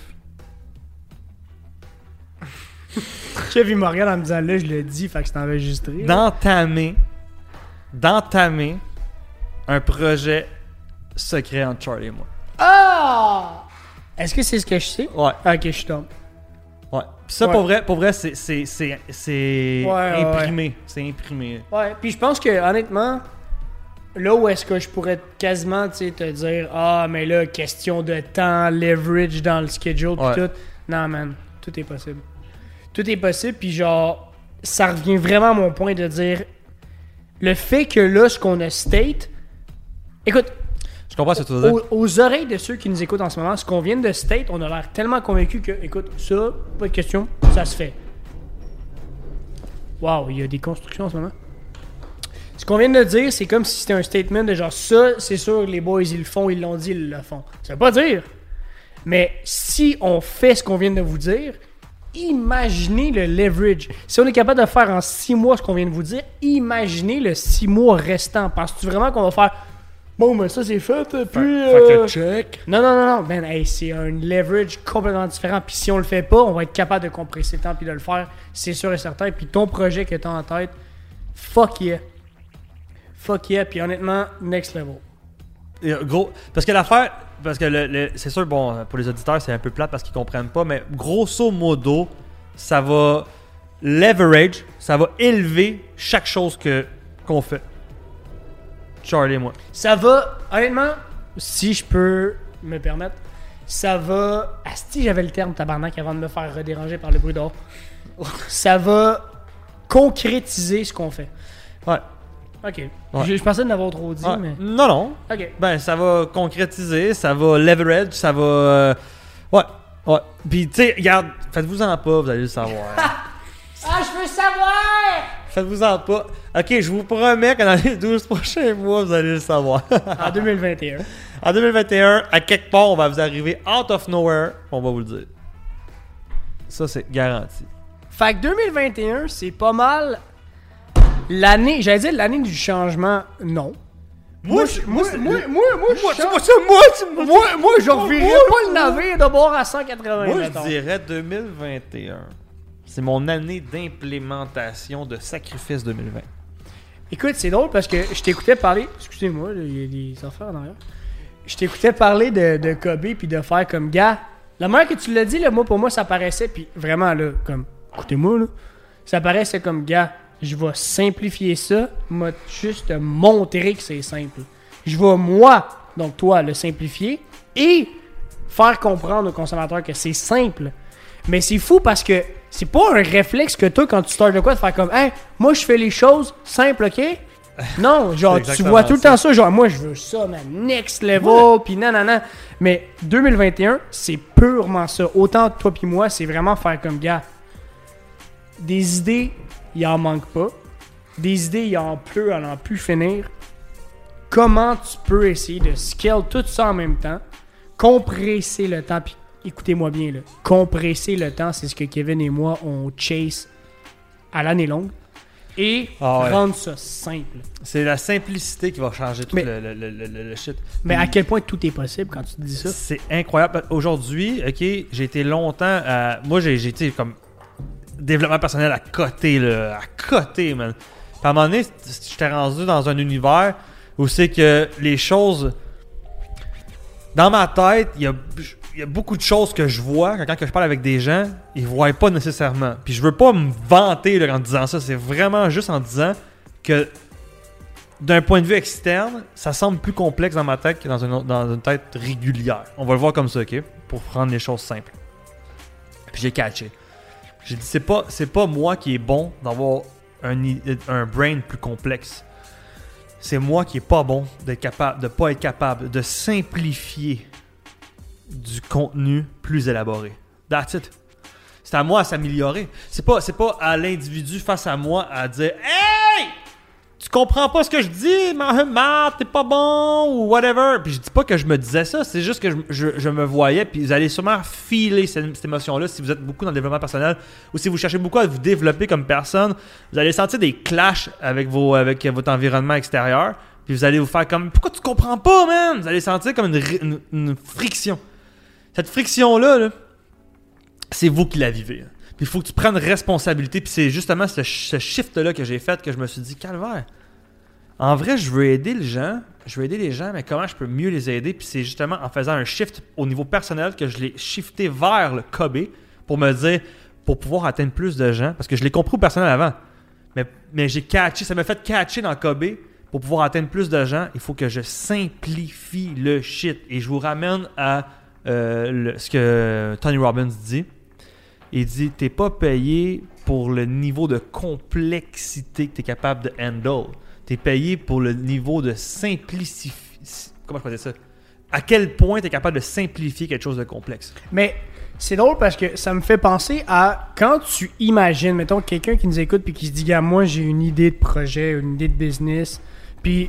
[SPEAKER 1] Kev, il me regarde en me disant là, je le dis, fait que c'est enregistré.
[SPEAKER 2] D'entamer. D'entamer. Un projet secret entre Charlie et moi.
[SPEAKER 1] Ah! Est-ce que c'est ce que je sais?
[SPEAKER 2] Ouais.
[SPEAKER 1] Ok, je tombe.
[SPEAKER 2] Ouais. Puis ça,
[SPEAKER 1] ouais.
[SPEAKER 2] pour vrai, pour vrai c'est, c'est, c'est, c'est
[SPEAKER 1] ouais,
[SPEAKER 2] imprimé.
[SPEAKER 1] Ouais.
[SPEAKER 2] C'est imprimé.
[SPEAKER 1] Ouais. Puis je pense que, honnêtement, là où est-ce que je pourrais quasiment te dire ah, mais là, question de temps, leverage dans le schedule, pis ouais. Tout. Non, man. Tout est possible. Tout est possible, puis genre, ça revient vraiment à mon point de dire le fait que là, ce qu'on a state. Écoute,
[SPEAKER 2] je comprends ce que tu veux dire.
[SPEAKER 1] Aux, aux oreilles de ceux qui nous écoutent en ce moment, ce qu'on vient de state, on a l'air tellement convaincus que, écoute, ça, pas de question, ça se fait. Waouh, il y a des constructions en ce moment. Ce qu'on vient de dire, c'est comme si c'était un statement de genre, ça, c'est sûr, les boys, ils le font, ils l'ont dit, ils le font. Ça veut pas dire. Mais si on fait ce qu'on vient de vous dire, imaginez le leverage. Si on est capable de faire en six mois ce qu'on vient de vous dire, imaginez le six mois restant. Penses-tu vraiment qu'on va faire bon, ben ça c'est fait, puis...
[SPEAKER 2] Euh... check.
[SPEAKER 1] Non, non, non, non. Ben, hey, c'est un leverage complètement différent. Puis si on le fait pas, on va être capable de compresser le temps puis de le faire. C'est sûr et certain. Puis ton projet que t'as en tête, fuck yeah. Fuck yeah. Puis honnêtement, next level.
[SPEAKER 2] Et, gros, parce que l'affaire... parce que le, le, c'est sûr, bon, pour les auditeurs, c'est un peu plate parce qu'ils comprennent pas, mais grosso modo, ça va leverage, ça va élever chaque chose que, qu'on fait. Charlie et moi.
[SPEAKER 1] Ça va, honnêtement, si je peux me permettre, ça va... Asti, j'avais le terme tabarnak avant de me faire redéranger par le bruit dehors. Ça va concrétiser ce qu'on fait.
[SPEAKER 2] Ouais.
[SPEAKER 1] Ok.
[SPEAKER 2] Ouais.
[SPEAKER 1] Je, je pensais de l'avoir trop dit,
[SPEAKER 2] Ouais.
[SPEAKER 1] mais...
[SPEAKER 2] Non, non.
[SPEAKER 1] Ok.
[SPEAKER 2] Ben, ça va concrétiser, ça va leverage, ça va... euh, Ouais, ouais. Puis, tu sais, regarde, faites-vous-en pas, vous allez le savoir.
[SPEAKER 1] Ah, je veux savoir!
[SPEAKER 2] Faites-vous-en pas. Ok, je vous promets que dans les douze prochains mois, vous allez le savoir.
[SPEAKER 1] En deux mille vingt et un.
[SPEAKER 2] En deux mille vingt et un, à quelque part, on va vous arriver out of nowhere, on va vous le dire. Ça, c'est garanti.
[SPEAKER 1] Fait que deux mille vingt et un, c'est pas mal l'année... J'allais dire l'année du changement, non. Moi, je- moi, moi, moi, moi, moi,
[SPEAKER 2] Moi,
[SPEAKER 1] je
[SPEAKER 2] tu vois
[SPEAKER 1] change-
[SPEAKER 2] ça, moi, tu
[SPEAKER 1] moi, moi, je revirais pas le navire de bord à cent quatre-vingts,
[SPEAKER 2] Moi,
[SPEAKER 1] mettons.
[SPEAKER 2] je dirais deux mille vingt et un. C'est mon année d'implémentation de Sacrifice deux mille vingt.
[SPEAKER 1] Écoute, c'est drôle parce que je t'écoutais parler... Excusez-moi, là, il y a des affaires en arrière. Je t'écoutais parler de, de Kobe puis de faire comme gars. La manière que tu l'as dit, là, moi, pour moi, ça paraissait, puis vraiment, là, comme... Écoutez-moi, là. Ça paraissait comme gars. Je vais simplifier ça, m'a juste montrer que c'est simple. Je vais, moi, donc toi, le simplifier et faire comprendre aux consommateurs que c'est simple. Mais c'est fou parce que c'est pas un réflexe que toi, quand tu startes de quoi, de faire comme, hey, moi, je fais les choses simples, ok? Non, genre, tu
[SPEAKER 2] exactement
[SPEAKER 1] vois tout le
[SPEAKER 2] ça.
[SPEAKER 1] temps ça, genre, moi, je veux ça, man, next level, pis nanana. Mais deux mille vingt et un, c'est purement ça. Autant toi pis moi, c'est vraiment faire comme, gars, des idées, il en manque pas. Des idées, il en pleut à n'en plus finir. Comment tu peux essayer de scale tout ça en même temps, compresser le temps, puis écoutez-moi bien, là, compresser le temps, c'est ce que Kevin et moi, on chase à l'année longue, et
[SPEAKER 2] Ah ouais.
[SPEAKER 1] rendre ça simple.
[SPEAKER 2] C'est la simplicité qui va changer tout
[SPEAKER 1] Mais-
[SPEAKER 2] le, le, le, le, le shit.
[SPEAKER 1] Mais à
[SPEAKER 2] Puis,
[SPEAKER 1] quel point tout est possible quand tu te dis ça?
[SPEAKER 2] c'est incroyable. Aujourd'hui, ok, j'ai été longtemps à... Moi, j'ai j'ai été comme développement personnel à côté, là. À côté, man. Puis à un moment donné, j'étais rendu dans un univers où c'est que les choses... Dans ma tête, il y a, il y a beaucoup de choses que je vois quand, quand je parle avec des gens, ils ne voient pas nécessairement. Puis je veux pas me vanter là, en disant ça, c'est vraiment juste en disant que d'un point de vue externe, ça semble plus complexe dans ma tête que dans une, autre- dans une tête régulière. On va le voir comme ça, ok? Pour rendre les choses simples. Puis j'ai catché. J'ai dit, c'est pas, c'est pas moi qui est bon d'avoir un, i- un brain plus complexe. C'est moi qui est pas bon d'être capable, de pas être capable de simplifier du contenu plus élaboré. That's it. C'est à moi à s'améliorer. C'est pas, c'est pas à l'individu face à moi à dire hey! Tu comprends pas ce que je dis, Matt, t'es pas bon ou whatever. Puis je dis pas que je me disais ça, c'est juste que je, je, je me voyais. Puis vous allez sûrement filer cette, cette émotion-là si vous êtes beaucoup dans le développement personnel ou si vous cherchez beaucoup à vous développer comme personne. Vous allez sentir des clashs avec, vos, avec votre environnement extérieur. Puis vous allez vous faire comme pourquoi tu comprends pas, man? Vous allez sentir comme une, une, une friction. Cette friction-là, là, c'est vous qui la vivez. Puis il faut que tu prennes responsabilité. Puis c'est justement ce, ce shift-là que j'ai fait que je me suis dit, calvaire, en vrai, je veux aider les gens. Je veux aider les gens, mais comment je peux mieux les aider? Puis c'est justement en faisant un shift au niveau personnel que je l'ai shifté vers le Kobe pour me dire, pour pouvoir atteindre plus de gens. Parce que je l'ai compris au personnel avant. Mais, mais j'ai catché, ça m'a fait catcher dans Kobe. Pour pouvoir atteindre plus de gens, il faut que je simplifie le shit. Et je vous ramène à euh, le- ce que Tony Robbins dit. Il dit, t'es pas payé pour le niveau de complexité que t'es capable de handle. T'es payé pour le niveau de simplicité. Comment je peux dire ça? À quel point t'es capable de simplifier quelque chose de complexe.
[SPEAKER 1] Mais c'est drôle parce que ça me fait penser à quand tu imagines, mettons, quelqu'un qui nous écoute puis qui se dit, gars, moi j'ai une idée de projet, une idée de business, puis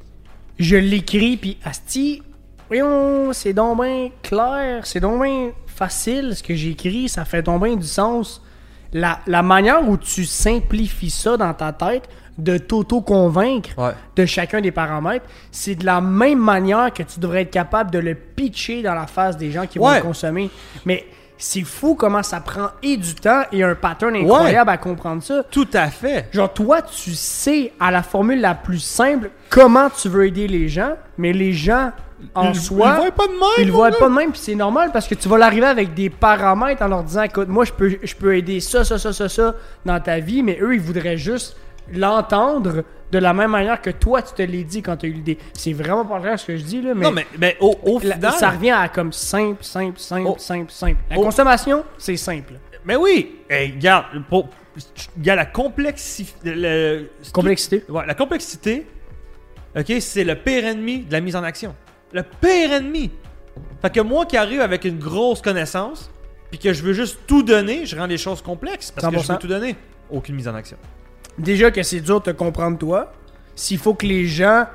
[SPEAKER 1] je l'écris, puis asti, voyons, c'est donc bien clair, c'est donc bien facile ce que j'écris, ça fait donc bien du sens. La, la manière où tu simplifies ça dans ta tête, de t'auto-convaincre
[SPEAKER 2] Ouais.
[SPEAKER 1] de chacun des paramètres, c'est de la même manière que tu devrais être capable de le pitcher dans la face des gens qui vont
[SPEAKER 2] Ouais.
[SPEAKER 1] le consommer. Mais c'est fou comment ça prend et du temps et un pattern incroyable à comprendre ça.
[SPEAKER 2] Tout à fait.
[SPEAKER 1] Genre, toi, tu sais, à la formule la plus simple, comment tu veux aider les gens, mais les gens en
[SPEAKER 2] il,
[SPEAKER 1] soi,
[SPEAKER 2] il le voit pas de même.
[SPEAKER 1] ils le
[SPEAKER 2] mon
[SPEAKER 1] voient
[SPEAKER 2] gars.
[SPEAKER 1] pas de même, puis c'est normal parce que tu vas l'arriver avec des paramètres en leur disant, écoute, moi je peux, je peux aider ça, ça, ça, ça, ça dans ta vie, mais eux ils voudraient juste l'entendre de la même manière que toi tu te l'as dit quand tu as eu l'idée. C'est vraiment pas clair ce que je dis là, mais,
[SPEAKER 2] Non, mais, mais au, au
[SPEAKER 1] la-
[SPEAKER 2] final.
[SPEAKER 1] ça revient à comme simple, simple, simple,
[SPEAKER 2] Oh.
[SPEAKER 1] simple, simple. La
[SPEAKER 2] Oh.
[SPEAKER 1] consommation, c'est simple.
[SPEAKER 2] Mais oui! Hey, regarde, pour, il y a la complexité. Le,
[SPEAKER 1] Complexité.
[SPEAKER 2] Ouais, la complexité, ok, c'est le pire ennemi de la mise en action. Le pire ennemi! Fait que moi qui arrive avec une grosse connaissance, puis que je veux juste tout donner, je rends les choses complexes parce
[SPEAKER 1] cent pour
[SPEAKER 2] que je
[SPEAKER 1] cent.
[SPEAKER 2] veux tout donner. Aucune mise en action.
[SPEAKER 1] Déjà que c'est dur de te comprendre toi, s'il faut que les gens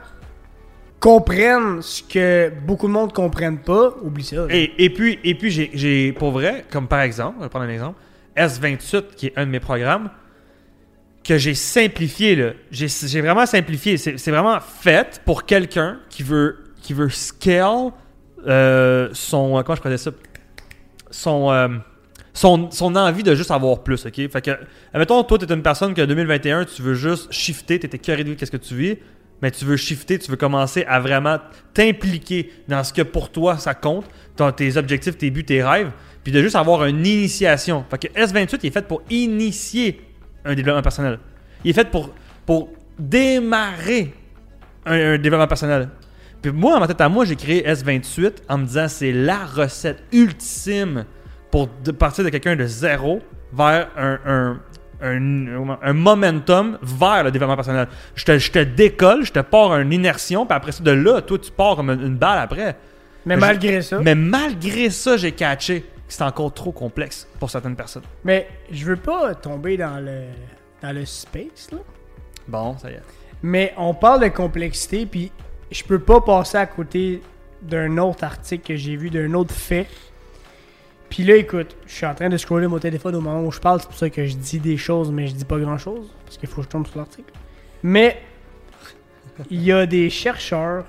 [SPEAKER 1] comprennent ce que beaucoup de monde comprennent pas, oublie ça. là.
[SPEAKER 2] Et, et puis, et puis j'ai, j'ai, pour vrai, comme par exemple, je vais prendre un exemple, S vingt-huit, qui est un de mes programmes, que j'ai simplifié, là. J'ai, j'ai vraiment simplifié. C'est, c'est vraiment fait pour quelqu'un qui veut, qui veut scale euh, son... Comment je prenais ça? Son... euh, Son, son envie de juste avoir plus, ok? Fait que, admettons, toi, t'es une personne que en deux mille vingt et un, tu veux juste shifter, t'étais carré de vivre qu'est-ce que tu vis, mais tu veux shifter, tu veux commencer à vraiment t'impliquer dans ce que pour toi, ça compte, dans tes objectifs, tes buts, tes rêves, puis de juste avoir une initiation. Fait que S vingt-huit, il est fait pour initier un développement personnel. Il est fait pour, pour démarrer un, un développement personnel. Puis moi, dans ma tête à moi, j'ai créé S vingt-huit en me disant c'est la recette ultime pour de partir de quelqu'un de zéro vers un, un, un, un momentum vers le développement personnel. Je te, je te décolle, je te pars une immersion, puis après ça, de là, toi, tu pars comme une, une balle après.
[SPEAKER 1] Mais
[SPEAKER 2] je-
[SPEAKER 1] malgré ça,
[SPEAKER 2] Mais malgré ça, j'ai catché que c'est encore trop complexe pour certaines personnes.
[SPEAKER 1] mais je veux pas tomber dans le dans le space là.
[SPEAKER 2] Bon, ça y est.
[SPEAKER 1] Mais on parle de complexité, puis je peux pas passer à côté d'un autre article que j'ai vu, d'un autre fait. Puis là, écoute, je suis en train de scroller mon téléphone au moment où je parle, c'est pour ça que je dis des choses, mais je dis pas grand-chose, parce qu'il faut que je tombe sur l'article. Mais il y a des chercheurs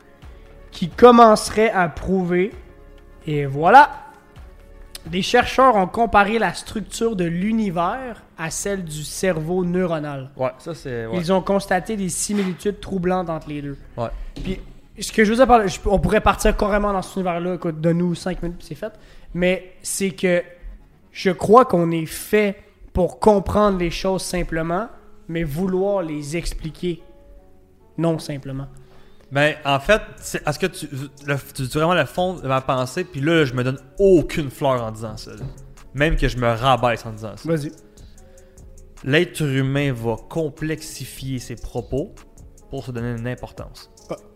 [SPEAKER 1] qui commenceraient à prouver, et voilà, des chercheurs ont comparé la structure de l'univers à celle du cerveau neuronal.
[SPEAKER 2] Ouais, ça c'est... Ouais.
[SPEAKER 1] Ils ont constaté des similitudes troublantes entre les deux.
[SPEAKER 2] Ouais.
[SPEAKER 1] Puis, ce que je veux dire par là, je- on pourrait partir carrément dans cet univers-là, écoute, donne-nous cinq minutes puis c'est fait. Mais c'est que je crois qu'on est fait pour comprendre les choses simplement, mais vouloir les expliquer non simplement.
[SPEAKER 2] Ben, en fait, c'est, est-ce que tu, le, tu dis vraiment le fond de ma pensée, puis là, je me donne aucune fleur en disant ça. Là. Même que je me rabaisse en disant ça.
[SPEAKER 1] Vas-y.
[SPEAKER 2] L'être humain va complexifier ses propos pour se donner une importance.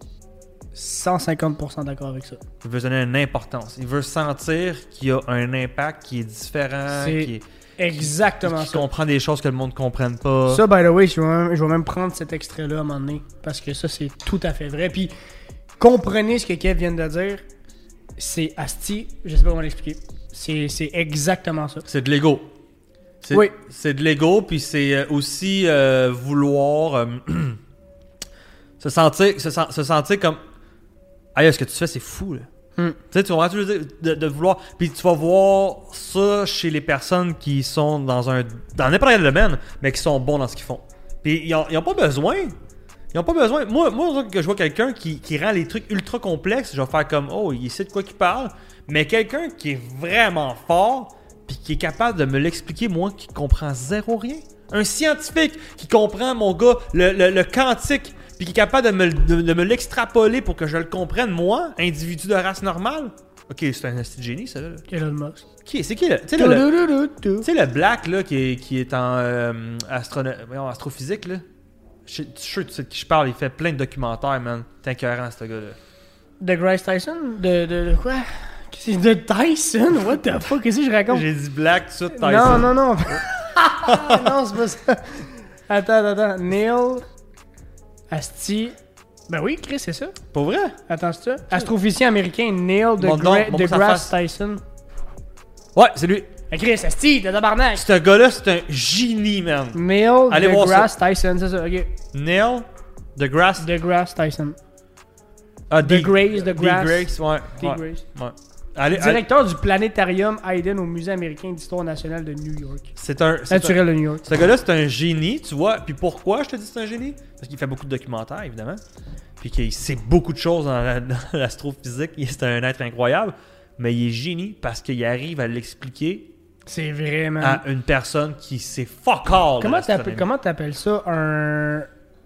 [SPEAKER 1] cent cinquante pour cent d'accord avec ça.
[SPEAKER 2] Il veut se donner une importance. Il veut sentir qu'il y a un impact qui est différent,
[SPEAKER 1] C'est
[SPEAKER 2] qui, est,
[SPEAKER 1] exactement
[SPEAKER 2] qui
[SPEAKER 1] ça.
[SPEAKER 2] comprend des choses que le monde ne comprenne pas.
[SPEAKER 1] Ça, by the way, je vais, même, je vais même prendre cet extrait-là à un moment donné, parce que ça, c'est tout à fait vrai. Puis, comprenez ce que Kev vient de dire. C'est asti, je sais pas comment l'expliquer. C'est, c'est exactement ça.
[SPEAKER 2] C'est de l'ego. C'est,
[SPEAKER 1] Oui.
[SPEAKER 2] c'est de l'ego, puis c'est euh, aussi euh, vouloir euh, se, sentir, se, sen- se sentir comme aïe, ce que tu fais, c'est fou, là.
[SPEAKER 1] Hmm.
[SPEAKER 2] Tu sais, tu comprends ce que je veux dire? De, de vouloir. Puis tu vas voir ça chez les personnes qui sont dans un dans n'importe quel domaine, mais qui sont bons dans ce qu'ils font. Puis ils n'ont pas besoin. Ils n'ont pas besoin. Moi, moi, que je vois quelqu'un qui, qui rend les trucs ultra complexes, je vais faire comme oh, il sait de quoi qu'il parle. Mais quelqu'un qui est vraiment fort, puis qui est capable de me l'expliquer, moi, qui comprend zéro rien. Un scientifique qui comprend, mon gars, le, le, le quantique, puis qui est capable de me, de, de me l'extrapoler pour que je le comprenne, moi, individu de race normale. Ok, c'est un asti de génie, ça, là.
[SPEAKER 1] Elon Musk.
[SPEAKER 2] Qui, c'est qui, là? Tu sais, le, le,
[SPEAKER 1] Tududududou.
[SPEAKER 2] tu sais, le black, là, qui est, qui est en euh, astrono- voyons, astrophysique, là. Je suis sûr que tu sais de qui je parle, il fait plein de documentaires, man. T'es incohérent, ce gars-là.
[SPEAKER 1] De Grace Tyson? De, de, de quoi? C'est de Tyson? What the fuck? Qu'est-ce que je raconte?
[SPEAKER 2] J'ai dit black, tout ça, Tyson.
[SPEAKER 1] Non, non, non. non, c'est pas ça. Attends, attends, attends. Neil Asti. Ben oui, Chris, c'est ça.
[SPEAKER 2] Pour vrai?
[SPEAKER 1] Attends, c'est ça. Astrophysicien américain Neil de
[SPEAKER 2] Mon nom,
[SPEAKER 1] Gra-
[SPEAKER 2] mon
[SPEAKER 1] deGrasse
[SPEAKER 2] face.
[SPEAKER 1] Tyson.
[SPEAKER 2] Ouais, c'est lui.
[SPEAKER 1] Eh, Chris, Asti, de tabarnak.
[SPEAKER 2] Ce gars-là, c'est un génie, man.
[SPEAKER 1] Neil
[SPEAKER 2] Allez voir
[SPEAKER 1] deGrasse Tyson, c'est ça, ok.
[SPEAKER 2] Neil deGrasse.
[SPEAKER 1] deGrasse Tyson.
[SPEAKER 2] Ah,
[SPEAKER 1] De Grace, de Grasse.
[SPEAKER 2] Grace, ouais. ouais,
[SPEAKER 1] deGrasse.
[SPEAKER 2] ouais. Allez, allez.
[SPEAKER 1] Directeur du planétarium Hayden au Musée américain d'histoire nationale de New York.
[SPEAKER 2] C'est un. c'est un-
[SPEAKER 1] Naturel de New York.
[SPEAKER 2] Ce gars-là, c'est un génie, tu vois. Puis pourquoi je te dis que c'est un génie? Parce qu'il fait beaucoup de documentaires, évidemment. puis qu'il sait beaucoup de choses dans, la, dans l'astrophysique, c'est un être incroyable, mais il est génie parce qu'il arrive à l'expliquer
[SPEAKER 1] C'est vraiment...
[SPEAKER 2] à une personne qui sait fuck all.
[SPEAKER 1] Comment t'appelles, comment t'appelles ça un...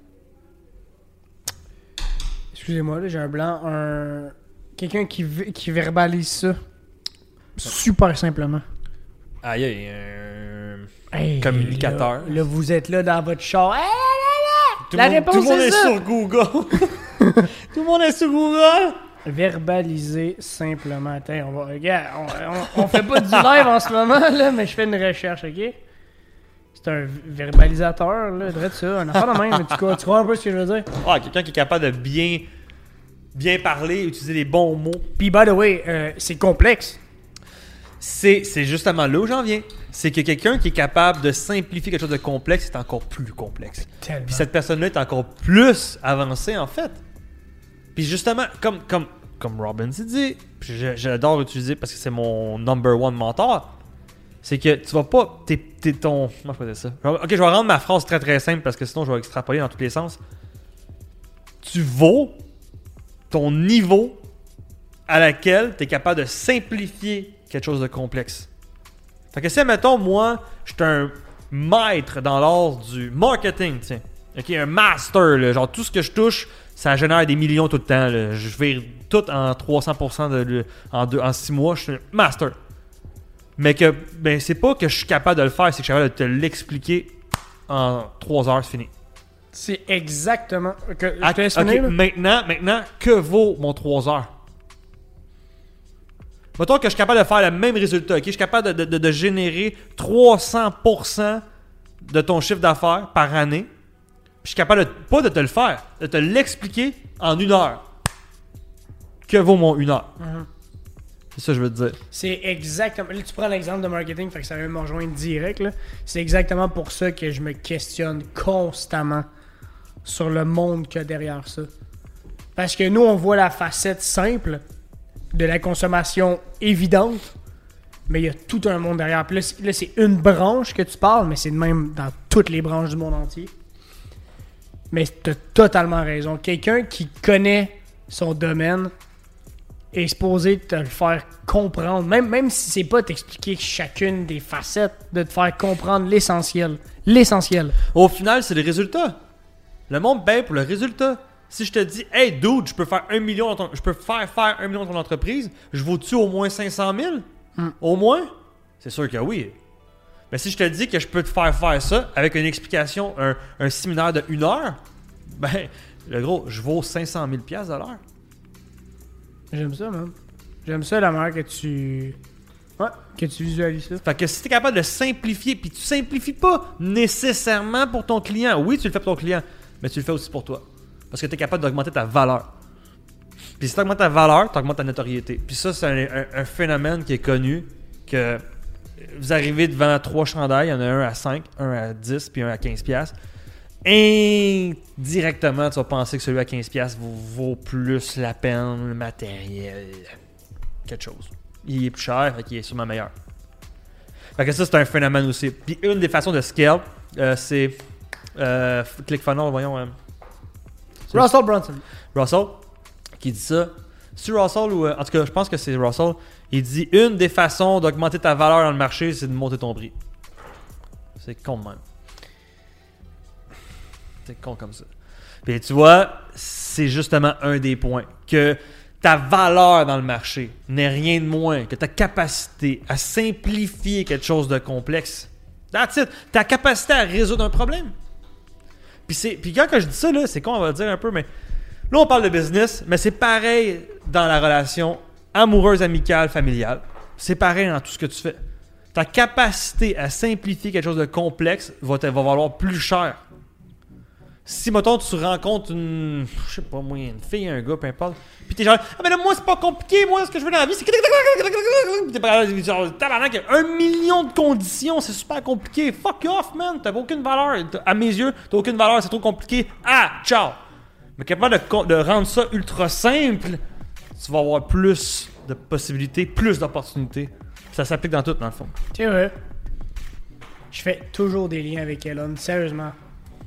[SPEAKER 1] Excusez-moi, là, j'ai un blanc. Un... Quelqu'un qui, v- qui verbalise ça super simplement.
[SPEAKER 2] Aïe, aïe, un
[SPEAKER 1] Hey,
[SPEAKER 2] communicateur.
[SPEAKER 1] Là, là, vous êtes là dans votre char. Hey, là, là,
[SPEAKER 2] Tout
[SPEAKER 1] la
[SPEAKER 2] le monde,
[SPEAKER 1] réponse
[SPEAKER 2] tout le monde
[SPEAKER 1] est,
[SPEAKER 2] est
[SPEAKER 1] ça.
[SPEAKER 2] sur Google. Tout le monde est sur Google.
[SPEAKER 1] Verbaliser simplement. Attends, on va... Regarde, on, on, on fait pas du live en ce moment, là, mais je fais une recherche, ok? C'est un verbalisateur, là, de ça, un affaire de même. Tu crois, tu crois un peu ce que je veux dire?
[SPEAKER 2] Ah, quelqu'un qui est capable de bien, bien parler, utiliser les bons mots.
[SPEAKER 1] Puis, by the way, euh, c'est complexe.
[SPEAKER 2] C'est, c'est justement là où j'en viens. C'est que quelqu'un qui est capable de simplifier quelque chose de complexe est encore plus complexe.
[SPEAKER 1] Tellement.
[SPEAKER 2] Puis cette personne-là est encore plus avancée, en fait. Puis justement, comme, comme, comme Robin s'est dit, puis je- j'adore utiliser parce que c'est mon number one mentor, c'est que tu vas pas... T'es, t'es ton... Comment je peux dire ça? Ok, je vais rendre ma phrase très très simple parce que sinon je vais extrapoler dans tous les sens. Tu vaux ton niveau à laquelle tu es capable de simplifier quelque chose de complexe. Fait que si, mettons, moi, je suis un maître dans l'art du marketing, tiens. Ok, un master, là, genre tout ce que je touche, ça génère des millions tout le temps. Là. Je vire tout en trois cents pour cent de, de- en, deux, en six mois, je suis un master. Mais que, ben, c'est pas que je suis capable de le faire, c'est que je suis capable de te l'expliquer en trois heures, c'est fini.
[SPEAKER 1] C'est exactement... Que, je
[SPEAKER 2] Ah,
[SPEAKER 1] te laisse
[SPEAKER 2] ok,
[SPEAKER 1] finir, là.
[SPEAKER 2] maintenant, maintenant, que vaut mon trois heures? Mettons que je suis capable de faire le même résultat, ok? Je suis capable de, de- de- de générer trois cents pour cent de ton chiffre d'affaires par année. Puis je suis capable de, pas de te le faire, de te l'expliquer en une heure. Que vaut mon une heure?
[SPEAKER 1] Mhm.
[SPEAKER 2] C'est ça que je veux te dire.
[SPEAKER 1] C'est exactement... Là, tu prends l'exemple de marketing, fait que ça va me rejoindre direct, là. C'est exactement pour ça que je me questionne constamment sur le monde qu'il y a derrière ça. Parce que nous, on voit la facette simple de la consommation évidente, mais il y a tout un monde derrière. Puis là, c'est, là, c'est une branche que tu parles, mais c'est de même dans toutes les branches du monde entier. Mais tu as totalement raison. Quelqu'un qui connaît son domaine est supposé te le faire comprendre, même, même si c'est pas t'expliquer chacune des facettes, de te faire comprendre l'essentiel. L'essentiel.
[SPEAKER 2] Au final, c'est le résultat. Le monde paye pour le résultat. Si je te dis, hey dude, je peux faire un million dans ton, je peux faire faire un million dans ton entreprise, je vaux-tu au moins cinq cent mille?
[SPEAKER 1] Mm.
[SPEAKER 2] Au moins? C'est sûr que oui. Mais si je te dis que je peux te faire faire ça avec une explication, un, un séminaire de une heure, ben, le gros, je vaux cinq cent mille piastres à l'heure.
[SPEAKER 1] J'aime ça, man. J'aime ça, la manière que tu... Ouais, que tu visualises ça.
[SPEAKER 2] Fait que si tu es capable de simplifier, puis tu simplifies pas nécessairement pour ton client. Oui, tu le fais pour ton client, mais tu le fais aussi pour toi. Parce que tu es capable d'augmenter ta valeur. Puis si tu augmentes ta valeur, tu augmentes ta notoriété. Puis ça, c'est un, un- un phénomène qui est connu, que vous arrivez devant trois chandails, il y en a un à cinq, un à dix, puis un à quinze piastres. Indirectement, tu vas penser que celui à quinze piastres vaut, vaut plus la peine, le matériel, quelque chose. Il est plus cher, fait qu'il est sûrement meilleur. Fait que ça, c'est un phénomène aussi. Puis une des façons de scale, euh, c'est... Euh, ClickFunnels, voyons... euh, c'est-
[SPEAKER 1] Russell Brunson.
[SPEAKER 2] Russell, qui dit ça. C'est Russell ou... euh, en tout cas, je pense que c'est Russell. Il dit, une des façons d'augmenter ta valeur dans le marché, c'est de monter ton prix. C'est con de même. C'est con comme ça. Puis tu vois, c'est justement un des points. Que ta valeur dans le marché n'est rien de moins que ta capacité à simplifier quelque chose de complexe. That's it. Ta capacité à résoudre un problème. Puis, c'est, puis quand que je dis ça, là, c'est con, on va dire un peu, mais là, on parle de business, mais c'est pareil dans la relation amoureuse, amicale, familiale. C'est pareil dans tout ce que tu fais. Ta capacité à simplifier quelque chose de complexe va, te, va valoir plus cher. Si, mettons, tu rencontres une, je sais pas moi, une fille, un gars, peu importe, puis t'es genre, ah mais là, moi, c'est pas compliqué, moi, ce que je veux dans la vie, c'est que t'es pas genre, tabarnak, un million de conditions, c'est super compliqué, fuck off, man, t'as aucune valeur, à mes yeux, t'as aucune valeur, c'est trop compliqué, ah, ciao. Mais capable de, de rendre ça ultra simple, tu vas avoir plus de possibilités, plus d'opportunités. Ça s'applique dans tout, dans le fond.
[SPEAKER 1] C'est vrai. Je fais toujours des liens avec Elon, sérieusement.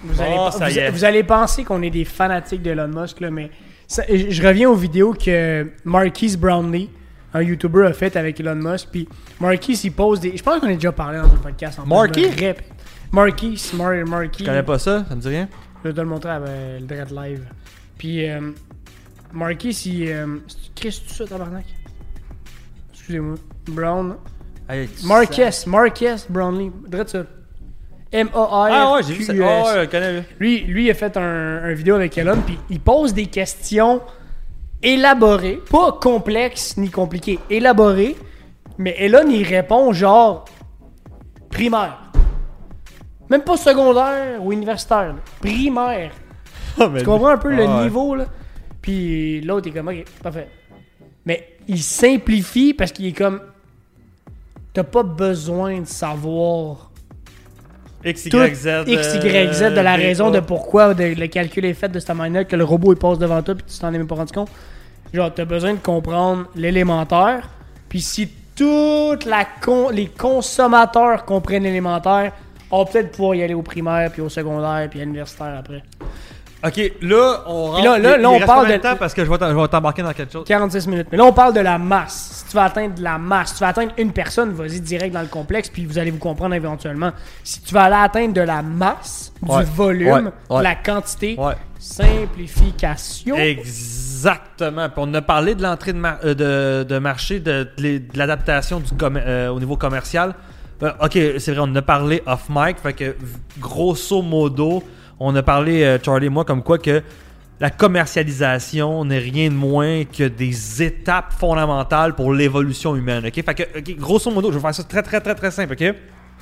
[SPEAKER 1] Vous allez,
[SPEAKER 2] Oh, ça
[SPEAKER 1] vous,
[SPEAKER 2] y est.
[SPEAKER 1] vous allez penser qu'on est des fanatiques d'Elon Musk, là, mais ça- je, je reviens aux vidéos que Marquise Brownlee, un YouTuber, a fait avec Elon Musk. Puis Marquise, il pose des. Je pense qu'on a déjà parlé dans un podcast. En
[SPEAKER 2] Marquis?
[SPEAKER 1] plus, je me répète. Marquise, Mar Marquis.
[SPEAKER 2] Je connais pas ça, ça me dit rien.
[SPEAKER 1] Je vais te le montrer avec le Dread Live. Puis euh, Marquise, il. Euh, Qu'est-ce que c'est ça, tabarnak? Excusez-moi. Brown.
[SPEAKER 2] Hey, tu
[SPEAKER 1] Marquez,
[SPEAKER 2] sais-
[SPEAKER 1] Marquez Brownlee. Dread ça. M A R.
[SPEAKER 2] Ah ouais, j'ai vu ça. Ah ouais, je le connais. lui.
[SPEAKER 1] Lui, lui, il a fait un, un vidéo avec Elon, puis il pose des questions élaborées, pas complexes ni compliquées, élaborées, mais Elon, il répond genre primaire. Même pas secondaire ou universitaire, là. Primaire.
[SPEAKER 2] Ah, mais
[SPEAKER 1] Tu comprends un peu
[SPEAKER 2] lui-
[SPEAKER 1] le
[SPEAKER 2] ah ouais.
[SPEAKER 1] niveau, là? Puis l'autre est comme, ok, parfait. Mais il simplifie parce qu'il est comme, t'as pas besoin de savoir
[SPEAKER 2] X,
[SPEAKER 1] tout
[SPEAKER 2] Y, Z.
[SPEAKER 1] X, Y, Z de la
[SPEAKER 2] euh,
[SPEAKER 1] raison
[SPEAKER 2] B,
[SPEAKER 1] de
[SPEAKER 2] A.
[SPEAKER 1] pourquoi de- le calcul est fait de cette manière que le robot il passe devant toi puis tu t'en es même pas rendu compte. Genre, t'as besoin de comprendre l'élémentaire. Puis si toutes la con- les consommateurs comprennent l'élémentaire, on va peut-être pouvoir y aller au primaire, puis au secondaire, puis à l'universitaire après.
[SPEAKER 2] Ok, là, on rentre.
[SPEAKER 1] Puis là- là-
[SPEAKER 2] il-
[SPEAKER 1] là,
[SPEAKER 2] il
[SPEAKER 1] on
[SPEAKER 2] reste
[SPEAKER 1] parle
[SPEAKER 2] combien
[SPEAKER 1] de-
[SPEAKER 2] temps parce que je vais t'en- je vais t'embarquer dans quelque chose.
[SPEAKER 1] quarante-six minutes. Mais là, on parle de la masse. Si tu veux atteindre de la masse, si tu veux atteindre une personne, vas-y direct dans le complexe, puis vous allez vous comprendre éventuellement. Si tu veux aller atteindre de la masse,
[SPEAKER 2] Ouais,
[SPEAKER 1] du volume,
[SPEAKER 2] ouais, ouais.
[SPEAKER 1] de la quantité,
[SPEAKER 2] Ouais.
[SPEAKER 1] simplification.
[SPEAKER 2] Exactement. Puis on a parlé de l'entrée de, mar- euh, de, de marché, de, de l'é- de l'adaptation du com- euh, au niveau commercial. Euh, ok, c'est vrai, on en a parlé off mic. Fait que grosso modo, on a parlé, euh, Charlie et moi, comme quoi que la commercialisation n'est rien de moins que des étapes fondamentales pour l'évolution humaine. Ok, fait que ok, grosso modo, je vais faire ça très très très très simple. Ok.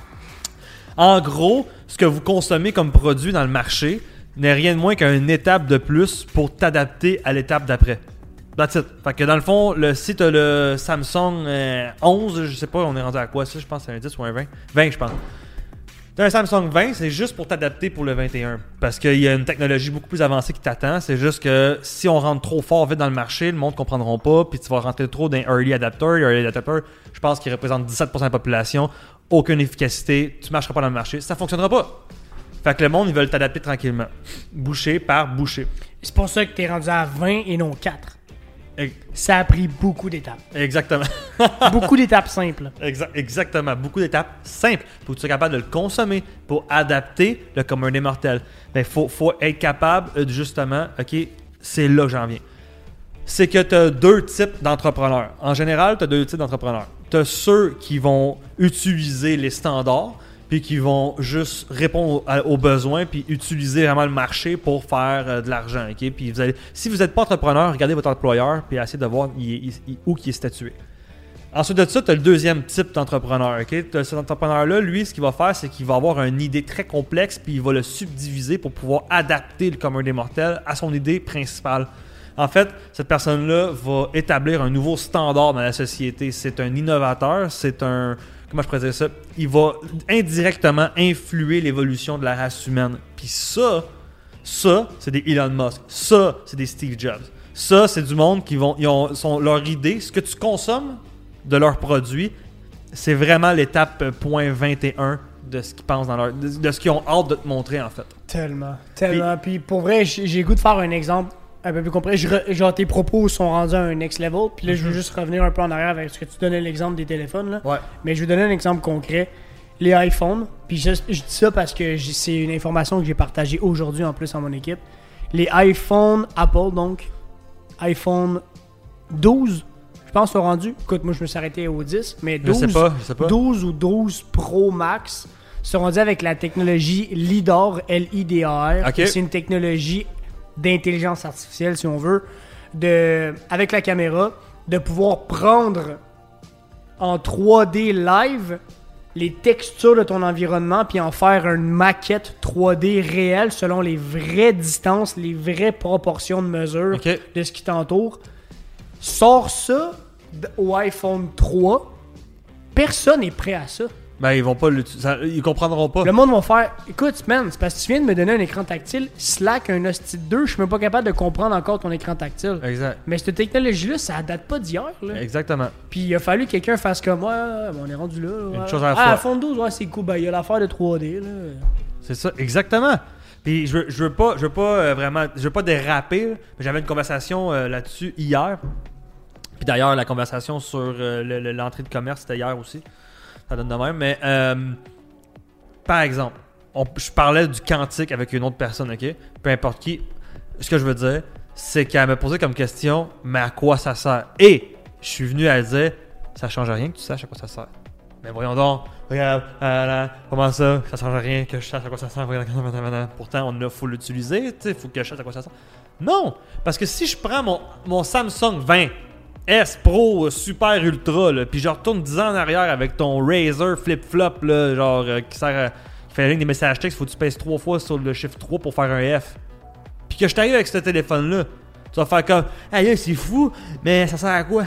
[SPEAKER 2] En gros, ce que vous consommez comme produit dans le marché n'est rien de moins qu'une étape de plus pour t'adapter à l'étape d'après. That's it. Fait que dans le fond, le, si tu as le Samsung euh, onze, je sais pas, on est rendu à quoi ça? Je pense que c'est un dix ou un vingt. vingt, je pense. Tu as un Samsung vingt, c'est juste pour t'adapter pour le vingt et un. Parce qu'il y a une technologie beaucoup plus avancée qui t'attend. C'est juste que si on rentre trop fort vite dans le marché, le monde ne comprendra pas, puis tu vas rentrer trop dans early adapter. Early adapter, je pense qu'il représente dix-sept pour cent de la population. Aucune efficacité, tu ne marcheras pas dans le marché, ça ne fonctionnera pas. Fait que le monde, ils veulent t'adapter tranquillement. Boucher par boucher.
[SPEAKER 1] C'est pour ça que t'es rendu à vingt et non quatre.
[SPEAKER 2] E-
[SPEAKER 1] Ça a pris beaucoup d'étapes.
[SPEAKER 2] Exactement.
[SPEAKER 1] Beaucoup d'étapes simples.
[SPEAKER 2] Exa- exactement. Beaucoup d'étapes simples pour que tu sois capable de le consommer, pour adapter le commun des mortels. Il faut, faut être capable, euh, justement, OK, c'est là que j'en viens. C'est que tu as deux types d'entrepreneurs. En général, tu as deux types d'entrepreneurs. Tu as ceux qui vont utiliser les standards, puis qui vont juste répondre à- aux besoins, puis utiliser vraiment le marché pour faire euh, de l'argent. OK? Puis vous allez, si vous n'êtes pas entrepreneur, regardez votre employeur, puis essayez de voir il est- il- il- où il est statué. Ensuite de ça, tu as le deuxième type d'entrepreneur. Okay? T'as cet entrepreneur-là, lui, ce qu'il va faire, c'est qu'il va avoir une idée très complexe, puis il va le subdiviser pour pouvoir adapter le commun des mortels à son idée principale. En fait, cette personne-là va établir un nouveau standard dans la société. C'est un innovateur, c'est un... Comment je pourrais dire ça? Il va indirectement influer l'évolution de la race humaine. Puis ça, ça, c'est des Elon Musk. Ça, c'est des Steve Jobs. Ça, c'est du monde qui vont... Ils ont, sont, leur idée, ce que tu consommes de leurs produits, c'est vraiment l'étape euh, point vingt et un de ce qu'ils pensent dans leur... De, de ce qu'ils ont hâte de te montrer, en fait.
[SPEAKER 1] Tellement. Tellement. Puis, pour vrai, j'ai j'ai le goût de faire un exemple un peu plus compris. Je re- genre, tes propos sont rendus à un next level. Puis là, je veux juste revenir un peu en arrière avec ce que tu donnais l'exemple des téléphones. Là.
[SPEAKER 2] Ouais.
[SPEAKER 1] Mais je vais donner un exemple concret. Les iPhones. Puis je, je dis ça parce que j'ai- c'est une information que j'ai partagée aujourd'hui en plus à mon équipe. Les iPhone Apple, donc, iPhone douze, je pense, sont rendus. Écoute, moi, je me suis arrêté au dix, mais
[SPEAKER 2] Je
[SPEAKER 1] douze,
[SPEAKER 2] sais pas, je sais pas.
[SPEAKER 1] douze ou douze Pro Max sont rendus avec la technologie LiDAR, L I D A R.
[SPEAKER 2] Ok.
[SPEAKER 1] C'est une technologie d'intelligence artificielle, si on veut, de, avec la caméra, de pouvoir prendre en trois D live les textures de ton environnement puis en faire une maquette trois D réelle selon les vraies distances, les vraies proportions de mesure
[SPEAKER 2] Ok.
[SPEAKER 1] de ce qui t'entoure. Sors ça d- au iPhone trois. Personne n'est prêt à ça.
[SPEAKER 2] Ben, ils vont pas l'utiliser. Ça- Ils comprendront pas.
[SPEAKER 1] Le monde va faire écoute, man, c'est parce que tu viens de me donner un écran tactile. Slack, un hostie de deux, je suis même pas capable de comprendre encore ton écran tactile.
[SPEAKER 2] Exact.
[SPEAKER 1] Mais cette technologie-là, ça date pas d'hier. Là.
[SPEAKER 2] Exactement.
[SPEAKER 1] Puis il a fallu que quelqu'un fasse comme moi. Ouais, on est rendu là. là,
[SPEAKER 2] Une
[SPEAKER 1] ouais.
[SPEAKER 2] chose à la
[SPEAKER 1] Ah,
[SPEAKER 2] fois.
[SPEAKER 1] iPhone douze, ouais, c'est cool. Ben, il y a l'affaire de trois D. Là.
[SPEAKER 2] C'est ça, exactement. Puis je veux, je veux pas, je veux pas euh, vraiment, je veux pas déraper, là, mais j'avais une conversation euh, là-dessus hier. Puis d'ailleurs, la conversation sur euh, le, le, l'entrée de commerce, c'était hier aussi. Ça donne de même. Mais euh, par exemple, on, je parlais du quantique avec une autre personne, ok? Peu importe qui. Ce que je veux dire, c'est qu'elle m'a posé comme question, mais à quoi ça sert? Et je suis venu à dire, ça change rien que tu saches à quoi ça sert. Mais voyons donc, regarde, euh, là, comment ça, ça change rien que je sache à quoi ça sert. Pourtant, on a, faut l'utiliser, il faut que je sache à quoi ça sert. Non, parce que si je prends mon, mon Samsung vingt S Pro Super Ultra, là, puis je retourne dix ans en arrière avec ton Razer Flip-Flop, là, genre, euh, qui sert à, qui fait la ligne des messages textes, faut que tu pèses trois fois sur le chiffre trois pour faire un F. Puis que je t'arrive avec ce téléphone-là, tu vas faire comme, hey, là, c'est fou, mais ça sert à quoi?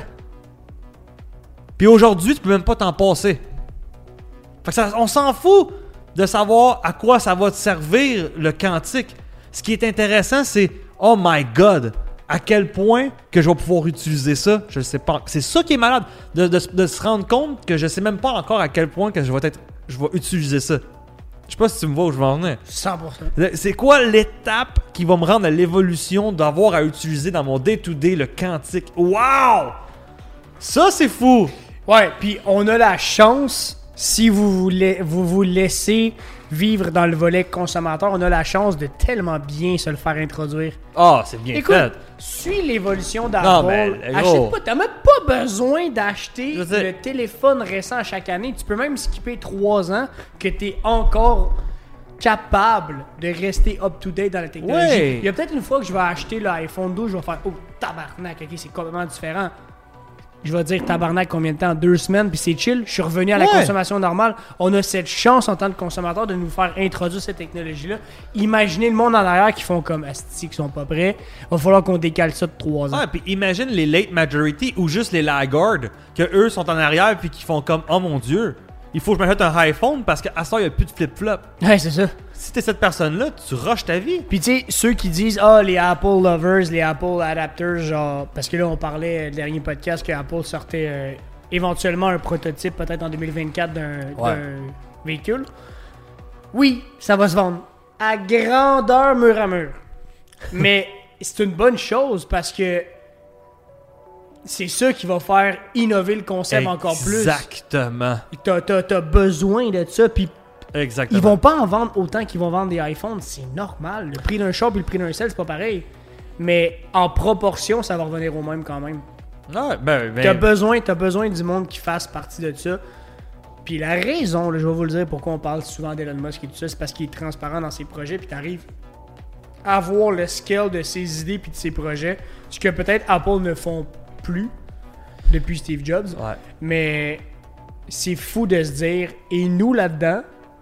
[SPEAKER 2] Puis aujourd'hui, tu peux même pas t'en passer. Fait que ça, on s'en fout de savoir à quoi ça va te servir le quantique. Ce qui est intéressant, c'est oh my god, à quel point que je vais pouvoir utiliser ça, je ne sais pas. C'est ça qui est malade, de, de, de se rendre compte que je sais même pas encore à quel point que je vais être, je vais utiliser ça. Je sais pas si tu me vois où je vais en venir.
[SPEAKER 1] cent pour cent.
[SPEAKER 2] C'est quoi l'étape qui va me rendre à l'évolution d'avoir à utiliser dans mon day-to-day le quantique? Wow! Ça, c'est fou!
[SPEAKER 1] Ouais, puis on a la chance, si vous voulez, vous vous laissez vivre dans le volet consommateur, on a la chance de tellement bien se le faire introduire.
[SPEAKER 2] Ah, oh, c'est bien
[SPEAKER 1] Écoute,
[SPEAKER 2] fait.
[SPEAKER 1] suis l'évolution
[SPEAKER 2] Non,
[SPEAKER 1] d'Apple.
[SPEAKER 2] mais,
[SPEAKER 1] Achète pas, t'as même pas besoin d'acheter
[SPEAKER 2] Je veux dire-
[SPEAKER 1] le téléphone récent à chaque année. Tu peux même skipper trois ans que t'es encore capable de rester up-to-date dans la technologie.
[SPEAKER 2] Ouais.
[SPEAKER 1] Il y a peut-être une fois que je vais acheter l'iPhone douze, je vais faire « Oh, tabarnak, ok, c'est complètement différent. » Je vais dire tabarnak combien de temps? Deux semaines, puis c'est chill. Je suis revenu à la
[SPEAKER 2] Ouais.
[SPEAKER 1] consommation normale. On a cette chance en tant que consommateur de nous faire introduire cette technologie-là. Imaginez le monde en arrière qui font comme asti, qui sont pas prêts. Il va falloir qu'on décale ça de trois ans.
[SPEAKER 2] Ah, puis imagine les late majority ou juste les laggards, que eux sont en arrière puis qui font comme oh mon dieu, il faut que je m'achète un iPhone parce qu'à ça il n'y a plus de flip-flop.
[SPEAKER 1] Ouais, c'est ça.
[SPEAKER 2] Si t'es cette personne-là, tu rushes ta vie.
[SPEAKER 1] Puis tu sais, ceux qui disent ah les Apple lovers, les Apple adapters, genre parce que là on parlait le dernier podcast que Apple sortait euh, éventuellement un prototype peut-être en deux mille vingt-quatre d'un,
[SPEAKER 2] Ouais.
[SPEAKER 1] d'un véhicule. Oui, ça va se vendre à grandeur mur à mur. Mais c'est une bonne chose parce que c'est ça qui va faire innover le concept encore plus.
[SPEAKER 2] Exactement.
[SPEAKER 1] T'as, t'as, t'as besoin de ça, puis
[SPEAKER 2] Exactement.
[SPEAKER 1] ils vont pas en vendre autant qu'ils vont vendre des iPhones, c'est normal. Le prix d'un char et le prix d'un sel, c'est pas pareil. Mais en proportion, ça va revenir au même quand même.
[SPEAKER 2] Ouais, ben, ben,
[SPEAKER 1] T'as besoin, t'as besoin du monde qui fasse partie de ça. Puis la raison, là, je vais vous le dire pourquoi on parle souvent d'Elon Musk et tout ça, c'est parce qu'il est transparent dans ses projets, puis t'arrives à voir le scale de ses idées puis de ses projets, ce que peut-être Apple ne font plus depuis Steve Jobs.
[SPEAKER 2] Ouais.
[SPEAKER 1] Mais c'est fou de se dire, et nous là-dedans,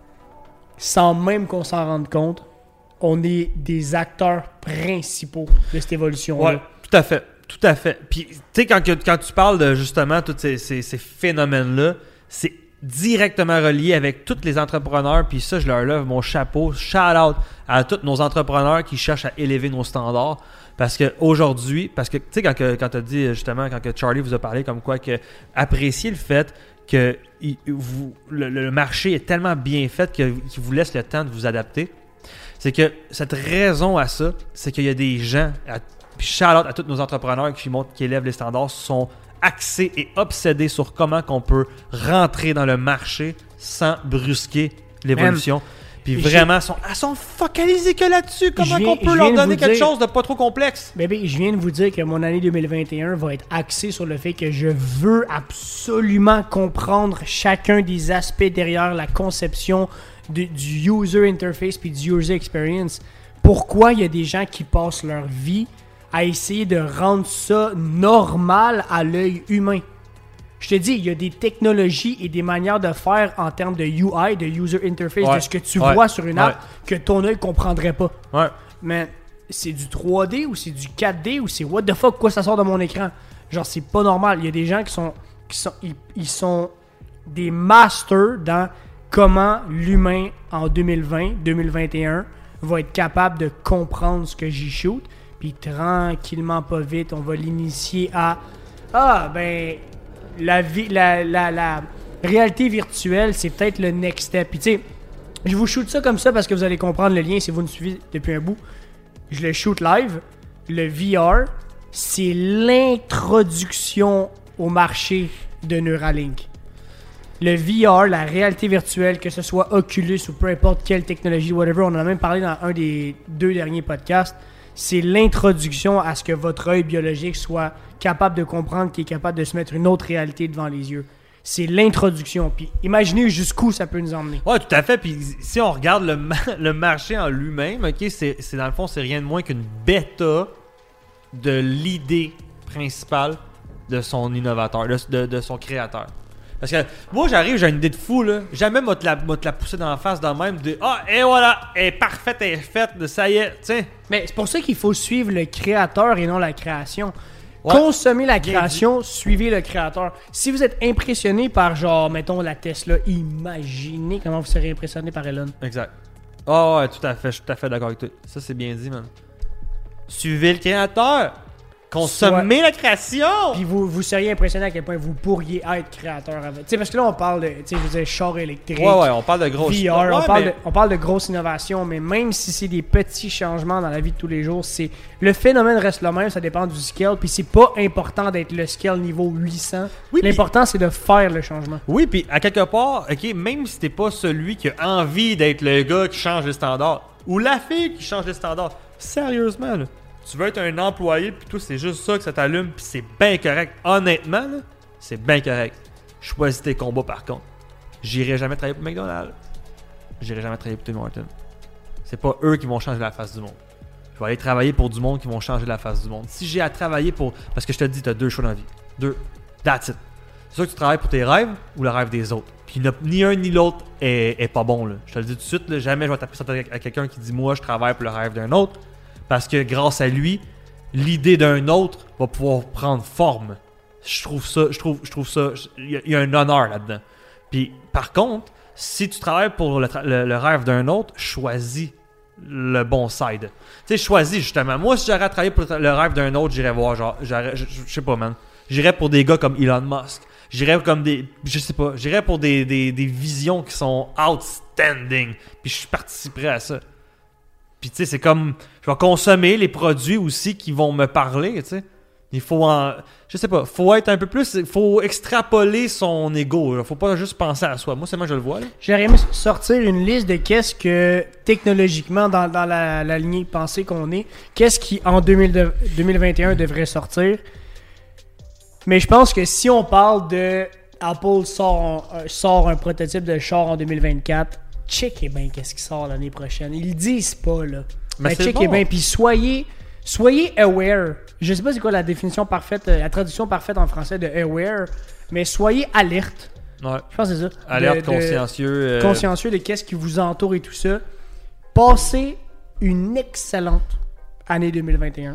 [SPEAKER 1] sans même qu'on s'en rende compte, on est des acteurs principaux de cette évolution-là.
[SPEAKER 2] Ouais, tout à fait. Tout à fait. Puis, tu sais, quand, que- quand tu parles de justement tous ces, ces, ces phénomènes-là, c'est directement relié avec tous les entrepreneurs. Puis ça, je leur lève mon chapeau. Shout out à tous nos entrepreneurs qui cherchent à élever nos standards. Parce qu'aujourd'hui, parce que tu sais, quand, que- quand tu as dit justement, quand que Charlie vous a parlé comme quoi, que appréciez le fait que il- vous, le, le marché est tellement bien fait que- qu'il vous laisse le temps de vous adapter. C'est que cette raison à ça, c'est qu'il y a des gens, à, puis shout out à tous nos entrepreneurs qui montrent, qui élèvent les standards, sont axés et obsédés sur comment qu'on peut rentrer dans le marché sans brusquer l'évolution. Puis
[SPEAKER 1] j'ai-
[SPEAKER 2] vraiment, sont, elles sont focalisées que là-dessus. Comment
[SPEAKER 1] Je viens-
[SPEAKER 2] qu'on peut
[SPEAKER 1] je
[SPEAKER 2] leur
[SPEAKER 1] viens de
[SPEAKER 2] donner
[SPEAKER 1] vous
[SPEAKER 2] quelque
[SPEAKER 1] dire-
[SPEAKER 2] chose de pas trop complexe?
[SPEAKER 1] Bébé, je viens de vous dire que mon année deux mille vingt et un va être axée sur le fait que je veux absolument comprendre chacun des aspects derrière la conception du, du user interface puis du user experience. Pourquoi il y a des gens qui passent leur vie à essayer de rendre ça normal à l'œil humain? Je te dis, il y a des technologies et des manières de faire en termes de U I, de user interface,
[SPEAKER 2] Ouais.
[SPEAKER 1] de ce que tu
[SPEAKER 2] Ouais.
[SPEAKER 1] vois sur une app
[SPEAKER 2] Ouais.
[SPEAKER 1] que ton œil comprendrait pas.
[SPEAKER 2] Ouais.
[SPEAKER 1] Mais c'est du trois D ou c'est du quatre D ou c'est what the fuck, quoi ça sort de mon écran? Genre, c'est pas normal. Il y a des gens qui sont. Qui sont ils, ils sont des masters dans comment l'humain en deux mille vingt, deux mille vingt et un va être capable de comprendre ce que j'y shoot. Puis tranquillement, pas vite, on va l'initier à. Ah, ben. La, vie, la, la, la réalité virtuelle, c'est peut-être le next step. Puis tu sais, Je vous shoot ça comme ça parce que vous allez comprendre le lien si vous nous suivez depuis un bout. Je le shoot live. Le V R, c'est l'introduction au marché de Neuralink. Le V R, la réalité virtuelle, que ce soit Oculus ou peu importe quelle technologie, whatever, on en a même parlé dans un des deux derniers podcasts, c'est l'introduction à ce que votre œil biologique soit capable de comprendre, qui est capable de se mettre une autre réalité devant les yeux. C'est l'introduction. Puis imaginez jusqu'où ça peut nous emmener.
[SPEAKER 2] Ouais, tout à fait. Puis si on regarde le, ma- le marché en lui-même, ok, c'est, c'est dans le fond, c'est rien de moins qu'une bêta de l'idée principale de son innovateur, de, de, de son créateur. Parce que moi, j'arrive, j'ai une idée de fou, là. Jamais moi te la, moi te la pousser dans la face dans même de ah, et voilà, elle est parfaite, elle est faite, de ça y est, tiens.
[SPEAKER 1] Mais c'est pour ça qu'il faut suivre le créateur et non la création.
[SPEAKER 2] Ouais.
[SPEAKER 1] Consommez la création, suivez le créateur. Si vous êtes impressionné par, genre, mettons, la Tesla, imaginez comment vous serez impressionné par Elon.
[SPEAKER 2] Exact. Ah ouais, tout à fait, je suis tout à fait d'accord avec toi. Ça, c'est bien dit, man. Suivez le créateur. Consommez
[SPEAKER 1] Soit...
[SPEAKER 2] la création.
[SPEAKER 1] Puis vous, vous seriez impressionné à quel point vous pourriez être créateur avec. Tu sais, parce que là, on parle de, tu sais, je veux dire, char électrique.
[SPEAKER 2] Ouais, ouais, on parle de grosses...
[SPEAKER 1] V R,
[SPEAKER 2] ouais,
[SPEAKER 1] on, parle
[SPEAKER 2] mais...
[SPEAKER 1] de, on parle de grosses innovations, mais même si c'est des petits changements dans la vie de tous les jours, c'est le phénomène reste le même, ça dépend du scale, puis c'est pas important d'être le scale niveau huit cents.
[SPEAKER 2] Oui,
[SPEAKER 1] l'important, c'est de faire le changement.
[SPEAKER 2] Oui, puis à quelque part, ok, même si t'es pas celui qui a envie d'être le gars qui change les standards, ou la fille qui change les standards, sérieusement, là, tu veux être un employé, puis toi, c'est juste ça que ça t'allume, puis c'est bien correct. Honnêtement, là, c'est bien correct. Choisis tes combats, par contre. J'irai jamais travailler pour McDonald's. J'irai jamais travailler pour Tim Hortons. C'est pas eux qui vont changer la face du monde. Je vais aller travailler pour du monde qui vont changer la face du monde. Si j'ai à travailler pour... Parce que je te dis, t'as deux choix dans la vie. Deux. That's it. C'est sûr que tu travailles pour tes rêves ou le rêve des autres. Puis ni un ni l'autre est, est pas bon, là. Je te le dis tout de suite, là, jamais je vais taper ça à quelqu'un qui dit « Moi, je travaille pour le rêve d'un autre. » Parce que grâce à lui, l'idée d'un autre va pouvoir prendre forme. Je trouve ça, je trouve, je trouve ça, il y, y a un honneur là-dedans. Puis par contre, si tu travailles pour le, tra- le, le rêve d'un autre, choisis le bon side. Tu sais, choisis justement. Moi, si j'aurais à travailler pour le rêve d'un autre, j'irais voir genre, je, je sais pas, man. J'irais pour des gars comme Elon Musk. J'irais comme des, je sais pas, j'irais pour des, des, des visions qui sont outstanding. Puis je participerais à ça. Puis tu sais, c'est comme, je vais consommer les produits aussi qui vont me parler, tu sais. Il faut en, je sais pas, faut être un peu plus, il faut extrapoler son ego. Là. Faut pas juste penser à soi. Moi, c'est moi je le vois. Là.
[SPEAKER 1] J'aurais aimé sortir une liste de qu'est-ce que, technologiquement, dans, dans la, la lignée de pensée qu'on est, qu'est-ce qui, en deux mille vingt et un, devrait sortir. Mais je pense que si on parle de Apple sort, euh, sort un prototype de char en deux mille vingt-quatre, checkez bien qu'est-ce qui sort l'année prochaine. Ils le disent pas, là.
[SPEAKER 2] Mais,
[SPEAKER 1] Mais
[SPEAKER 2] c'est
[SPEAKER 1] checkez
[SPEAKER 2] bon.
[SPEAKER 1] bien, puis soyez, soyez aware. Je sais pas c'est quoi la définition parfaite, la traduction parfaite en français de aware, mais soyez alerte.
[SPEAKER 2] Ouais.
[SPEAKER 1] Je pense que c'est ça.
[SPEAKER 2] Alerte,
[SPEAKER 1] De- de-
[SPEAKER 2] consciencieux. euh,
[SPEAKER 1] Consciencieux de qu'est-ce qui vous entoure et tout ça. Passez une excellente année deux mille vingt et un.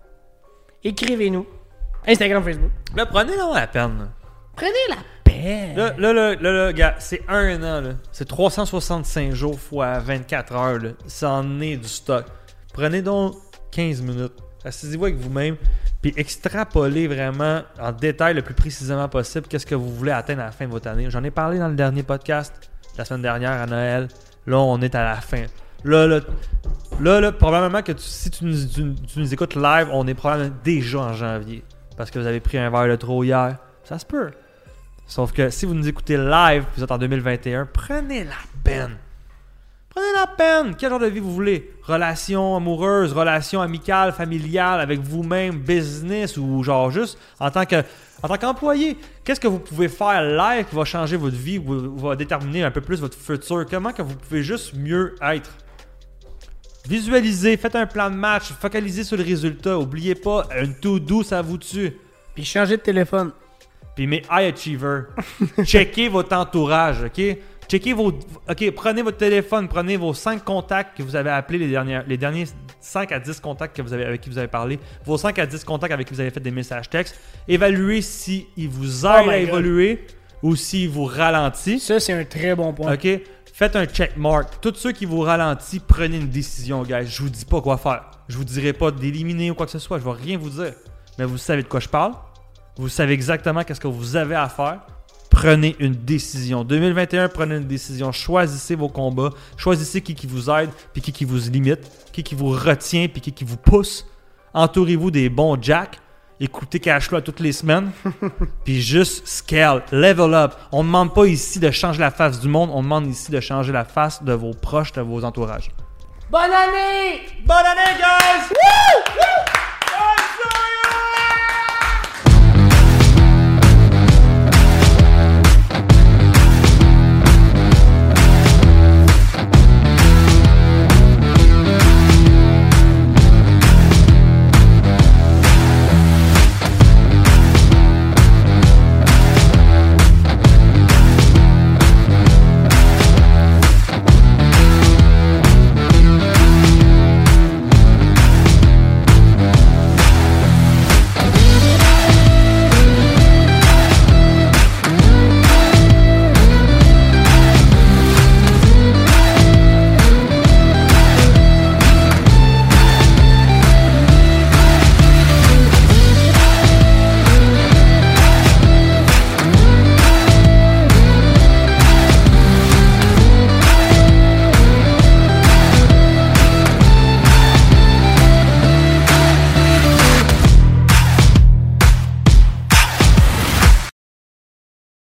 [SPEAKER 1] Écrivez-nous. Instagram, Facebook.
[SPEAKER 2] Là, prenez-le la peine. Là.
[SPEAKER 1] Prenez la peine.
[SPEAKER 2] Là, là, là, là, là, gars, c'est un an, là. C'est trois cent soixante-cinq jours fois vingt-quatre heures, là. Ça en est du stock. Prenez donc quinze minutes. Asseyez-vous avec vous-même, puis extrapolez vraiment en détail le plus précisément possible qu'est-ce que vous voulez atteindre à la fin de votre année. J'en ai parlé dans le dernier podcast, la semaine dernière, à Noël. Là, on est à la fin. Là, là, là, là probablement que tu- si tu nous, tu- tu nous écoutes live, on est probablement déjà en janvier. Parce que vous avez pris un verre de trop hier. Ça se peut. Sauf que si vous nous écoutez live, puis vous êtes en deux mille vingt et un, prenez la peine. Prenez la peine. Quel genre de vie vous voulez? Relation amoureuse, relation amicale, familiale, avec vous-même, business ou genre juste en tant que en tant qu'employé. Qu'est-ce que vous pouvez faire live qui va changer votre vie ou va déterminer un peu plus votre futur? Comment que vous pouvez juste mieux être? Visualisez, faites un plan de match, focalisez sur le résultat. Oubliez pas, un to-do, ça vous tue.
[SPEAKER 1] Puis changez de téléphone.
[SPEAKER 2] Puis mes high achievers, checkez votre entourage, ok? Checkez vos... Ok, prenez votre téléphone, prenez vos cinq contacts que vous avez appelés les, dernières, les derniers cinq à dix contacts que vous avez, avec qui vous avez parlé, vos cinq à dix contacts avec qui vous avez fait des messages textes. Évaluez s'ils vous aident
[SPEAKER 1] Oh my
[SPEAKER 2] à
[SPEAKER 1] God.
[SPEAKER 2] évoluer ou s'ils vous ralentissent.
[SPEAKER 1] Ça, c'est un très bon point.
[SPEAKER 2] Ok? Faites un checkmark. Tous ceux qui vous ralentissent, prenez une décision, guys. Je vous dis pas quoi faire. Je vous dirai pas d'éliminer ou quoi que ce soit. Je vais rien vous dire. Mais vous savez de quoi je parle. Vous savez exactement qu'est-ce que vous avez à faire. prenez une décision. deux mille vingt et un, prenez une décision. Choisissez vos combats. Choisissez qui qui vous aide, puis qui qui vous limite, qui qui vous retient, puis qui qui vous pousse. Entourez-vous des bons jacks. Écoutez Cashflow toutes les semaines. Puis juste scale, level up. On ne demande pas ici de changer la face du monde. On demande ici de changer la face de vos proches, de vos entourages.
[SPEAKER 1] Bonne année!
[SPEAKER 2] Bonne année, guys! Woo!